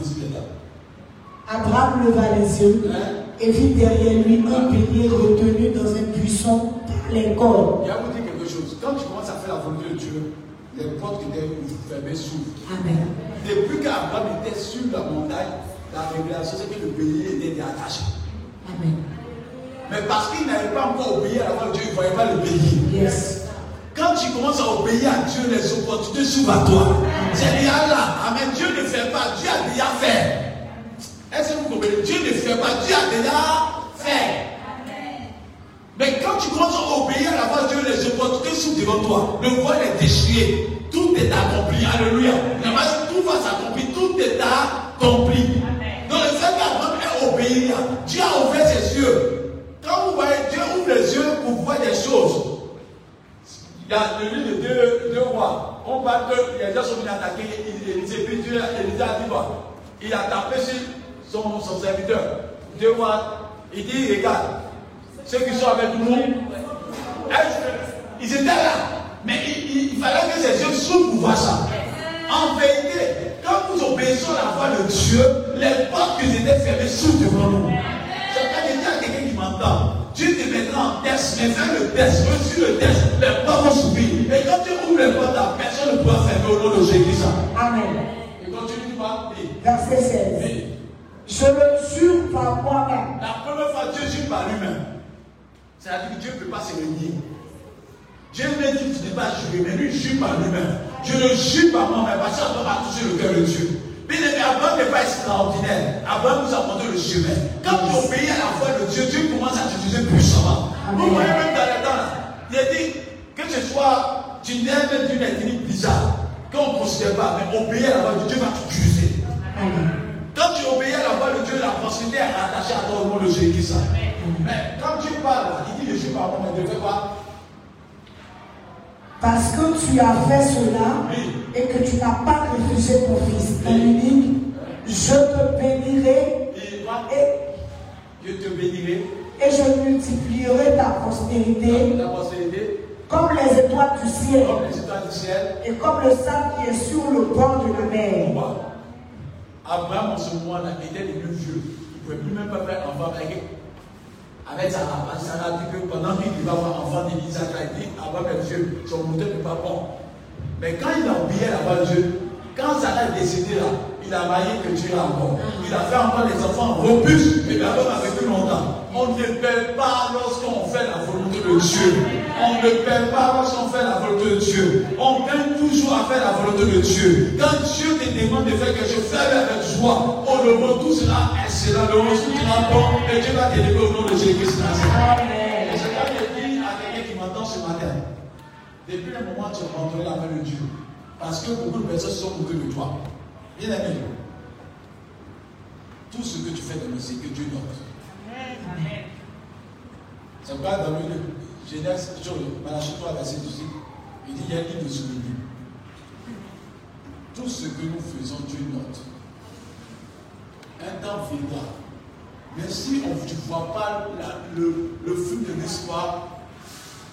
Abraham leva les yeux, hein? Et vit derrière lui un bélier retenu dans un buisson par les cordes. Il y a vous dire quelque chose. Quand tu commences à faire la volonté de Dieu, les portes qui étaient fermées s'ouvrent. Amen. Depuis qu'Abraham était sur la montagne, la révélation c'est que le bélier était attaché. Amen. Mais parce qu'il n'avait pas encore obéi à la voix de Dieu, il ne voyait pas le bélier. Yes. Quand tu commences à obéir à Dieu, les opportunités s'ouvrent à toi. C'est déjà là. Amen. Dieu ne fait pas, Dieu a déjà fait. Est-ce que vous comprenez? Dieu ne fait pas, Dieu a déjà fait. Mais quand tu commences à obéir à la voix de Dieu, les opportunités sont devant toi. Le voile est déchiré. Tout est accompli. Alléluia. Tout va s'accomplir. Tout est accompli. Donc le fait qu'Abraham ait obéi, Dieu a ouvert ses yeux. Quand vous voyez, Dieu ouvre les yeux pour voir des choses. Il y a le livre de deux, deux rois. On parle que les gens sont venus attaquer Élisée. Puis Dieu, Élisée a dit quoi? Il a tapé sur son, son serviteur. Deux rois. Il dit, regarde, ceux qui sont avec nous, ils étaient là. Mais il, il, il fallait que ses yeux s'ouvrent pour voir ça. En vérité, quand nous obéissons à la voix de Dieu, les portes qui étaient fermées s'ouvrent devant nous. C'est quand je dis à quelqu'un qui m'entend, Dieu te mettra en test, mais fais le test, reçu le test, les portes vont s'ouvrir. Et quand tu ouvres les portes, personne ne pourra fermer au nom de Jésus. Amen. Et continue de parler. Verset seize. Oui. Je le jure par moi-même. La première fois, Dieu jure par lui-même. C'est-à-dire que Dieu ne peut pas se renier. Dieu m'a dit que tu n'es pas juré, mais lui jure par lui-même. Je le jure par moi-même, parce qu'Abraham a touché le cœur de Dieu. Bien aimé, Abraham n'est pas extraordinaire. Abraham nous a montré le chemin. Quand tu obéis à la voix de Dieu, Dieu commence à t'utiliser puissamment. Vous voyez même dans les temps là, il a dit que ce soit, tu n'es même d'une ethnie bizarre, qu'on ne considère pas, mais obéir à la voix de Dieu va t'utiliser. Quand tu obéis à la voix de Dieu, la proximité est rattachée à toi au nom de Jésus. Mais quand Dieu parle, il dit je suis par moi, mais ne fais pas. Parce que tu as fait cela, oui, et que tu n'as pas refusé ton fils, ton unique, je te bénirai et, et je te bénirai et je multiplierai ta postérité, ta postérité comme les étoiles du ciel, comme les étoiles du ciel et comme le sable qui est sur le bord de la mer. Abraham en ce moment-là était devenu vieux. Il ne pouvait plus même pas faire enfant avec Avec Sarah, Sarah dit que pendant qu'il va avoir enfant d'Isaac, il dit Abraham est vieux, son moteur n'est pas bon. Mais quand il a oublié la voix de Dieu, quand Sarah est décédée là, il a marié que Dieu a encore. Il a fait encore des enfants robustes, mais Abraham a vécu longtemps. On ne perd pas lorsqu'on fait la volonté de Dieu. On ne perd pas lorsqu'on fait la volonté de Dieu. On gagne toujours à faire la volonté de Dieu. Quand Dieu te demande de faire quelque chose, fais-le avec joie. On le voit, tout sera excellent, le reste sera bon, et Dieu va t'aider au nom de Jésus-Christ. Et c'est quand je dis à quelqu'un qui m'entend ce matin, depuis le moment où tu as rencontré la main de Dieu, parce que beaucoup de personnes sont moquées de toi. Bien aimé, tout ce que tu fais de nous, c'est que Dieu note. C'est pas dans le Genèse, Malachie trois, verset dix-huit, il dit il y a un livre de souvenirs. Tout ce que nous faisons, Dieu note. Un temps viendra. Mais si on, tu ne vois pas la, le, le fruit de l'histoire,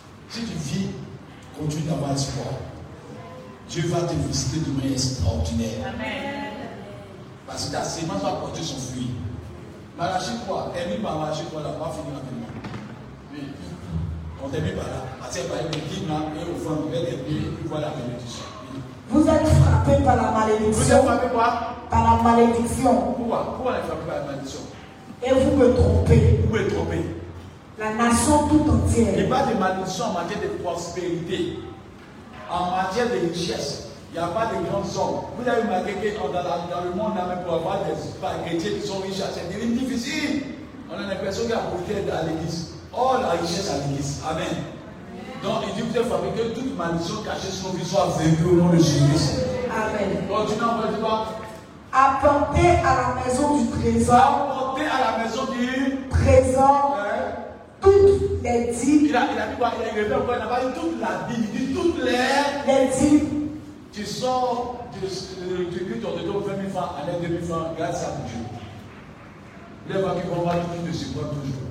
tu vis, continue d'avoir espoir. Dieu va te visiter de manière extraordinaire. Amen. Parce que ta sémence va porter son fruit. Malachi quoi? Elle dit par Malachi quoi? La va finir rapidement. Oui. On termine par là. Parce que par exemple, les dîmes là, et au fond, on va terminer, et voilà la bénédiction. Vous êtes frappé par la malédiction. Vous êtes frappé quoi? Par la malédiction. Pourquoi? Pourquoi on est frappé par la malédiction? Et vous me trompez. Vous me trompez. La nation tout entière. Il n'y a pas de malédiction en matière de prospérité. En matière de richesse. Il n'y a pas de grands hommes. Vous avez remarqué que dans, la, dans le monde, même pour avoir des chrétiens qui sont riches, c'est devenu difficile. On a l'impression qu'il y a beaucoup à l'église. Oh, la richesse à l'église. Amen. Donc, il dit que vous êtes frappé que toute malédiction cachée sur nos vies soit vaincue au nom de Jésus. Amen. Continuez, on va dire quoi? Apportez à la maison du trésor. Apportez à la maison du trésor. Hein? Toutes les dîmes. Il a, il a dit quoi? Il a révélé quoi? Il n'a pas dit toute la dîme. Il dit toutes les. Les dîmes. Tu sors du culte de ton vingt mille francs à l'aide de deux mille francs, garde ça pour Dieu. Les gens qui vont voir tout te supportent toujours.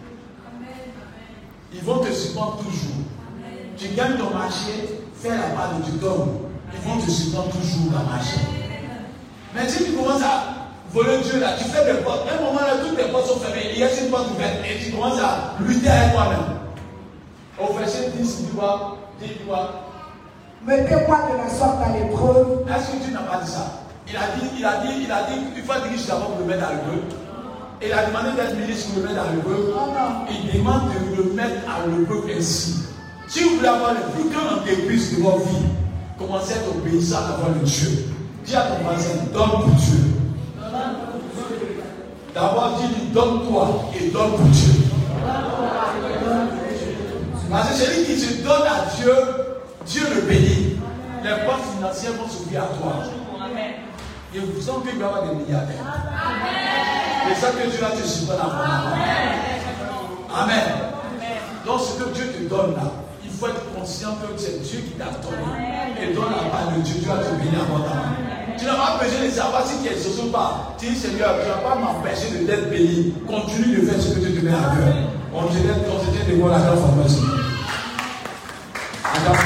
Ils vont te supporter toujours. Amen. Tu gagnes ton marché, fais la part de du donnes. Ils vont te supporter toujours dans le marché. Mais si tu commences à voler Dieu là, tu fais des portes. À un moment là, toutes les portes sont fermées. Il y a une porte ouverte et tu commences à lutter avec toi-même. Au verset dix, il dit quoi? Il dit quoi? Mettez-moi de la sorte à l'épreuve. Est-ce que Dieu n'a pas dit ça? Il a dit, il a dit, il a dit, il faut être riche d'abord pour le mettre à l'épreuve. Il a demandé d'être ministre pour le mettre à l'épreuve. Il demande de le mettre à l'épreuve ainsi. Si vous voulez avoir le plus grand entreprise de votre vie, commencez à être obéissant avant le Dieu. Dis à ton voisin, donne pour Dieu. D'abord, dis-lui, donne-toi et donne pour Dieu. Parce que celui qui se donne à Dieu, Dieu le bénit. Les portes financières vont s'ouvrir à toi. Et vous sentez qu'il va y avoir des milliardaires. C'est ça que Dieu va te supporter à Amen. Amen. Donc ce que Dieu te donne là, il faut être conscient que c'est Dieu qui t'a donné. Et donne la part de Dieu, Dieu va te bénir abondamment. Tu n'as pas besoin de savoir si tu es sauvé ou pas. Tu dis Seigneur, tu ne vas pas m'empêcher de t'être béni. Continue de faire ce que tu te mets à cœur. On te laisse, on se tient devant la grande fameuse. Adam,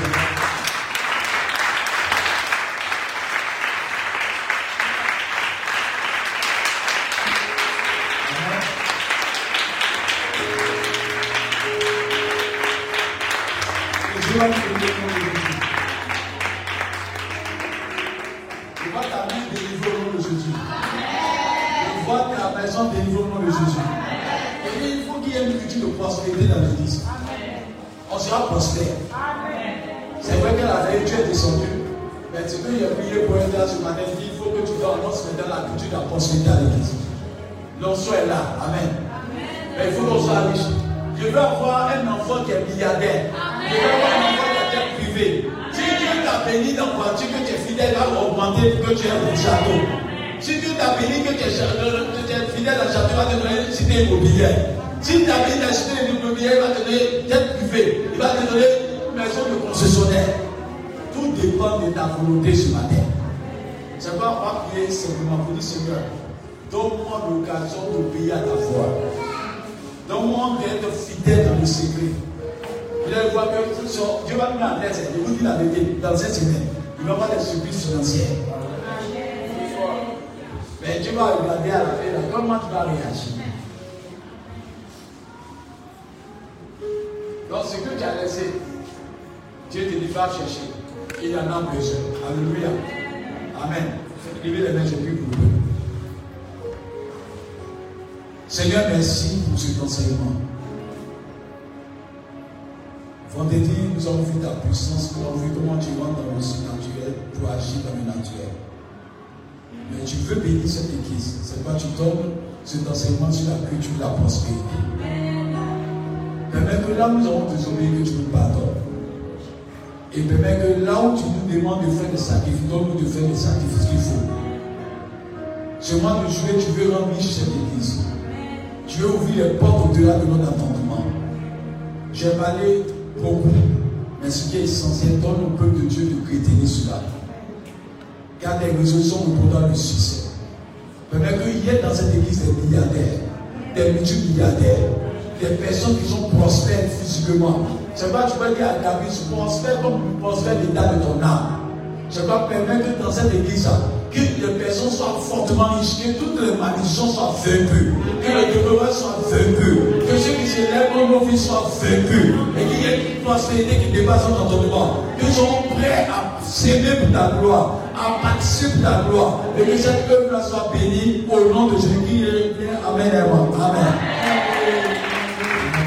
je vois ta main délivrée au nom de Jésus. Je vois ta maison délivrée au nom de Jésus. Et il faut qu'il y ait une culture de prospérité dans l'église. On sera prospère. C'est vrai qu'elle a Dieu est descendu. Mais c'est qu'il y a prié pour elle ce matin. Il dit il faut que tu annonces maintenant la culture de la prospérité à l'église. L'onction est là. Amen. Mais il faut qu'on soit riche. Je veux avoir un enfant qui est milliardaire. Je veux avoir un enfant qui est jet privé. Si Dieu t'a béni dans la voiture, que tu es fidèle, il va augmenter que tu es au château. Si Dieu t'a béni, que tu es fidèle dans le château, il va te donner une cité immobilière. Si tu as béni dans la cité immobilière, il va te donner jet privé. Il va te donner une maison de concessionnaire. Tout dépend de ta volonté ce matin. C'est pas on va prier simplement pour dire Seigneur, donne-moi l'occasion d'obéir à ta voix. Donne-moi d'être fidèle dans le secret. Vous allez voir que Dieu va nous mettre en tête. Je vous dis la vérité, dans cette semaine, il va y avoir des surprises financières. Mais Dieu va regarder à la fin, là, comment tu vas réagir. Donc ce que tu as laissé, Dieu te dit va chercher. Il y en a besoin. Alléluia. Amen. Levez les mains, je prie pour vous. Seigneur, merci pour cet enseignement. Vendredi, nous avons vu ta puissance, nous avons vu comment tu rentres dans le surnaturel pour agir dans le naturel. Mais tu veux bénir cette église. C'est pourquoi tu donnes cet enseignement sur la culture de la prospérité. Permets que là où nous avons désobéi, que tu nous pardonnes. Et permets que là où tu nous demandes de faire des sacrifices, donne-nous de faire des sacrifices qu'il faut. Ce mois de juillet, tu veux rendre riche cette église. Tu veux ouvrir les portes au-delà de notre entendement. J'ai parlé beaucoup, mais ce qui est essentiel, donne au peuple de Dieu de créer cela. Car les résolutions nous donnent le succès. Permets qu'il y ait dans cette église des milliardaires, des multimilliardaires, des des personnes qui sont prospères physiquement. C'est pas tu vas dire à David, prospère comme prospère l'état de ton âme. Je vais permettre que dans cette église, que les personnes soient fortement riches, que toutes les malédictions soient vaincues, que le développement soit vaincu, que ceux qui s'élèvent comme nos fils soient vaincus, et qu'il y ait une prospérité qui dépasse notre entendement, que nous soyons prêts à s'aimer pour ta gloire, à participer pour ta gloire, et que cette œuvre soit bénie au nom de Jésus. Amen. Amen.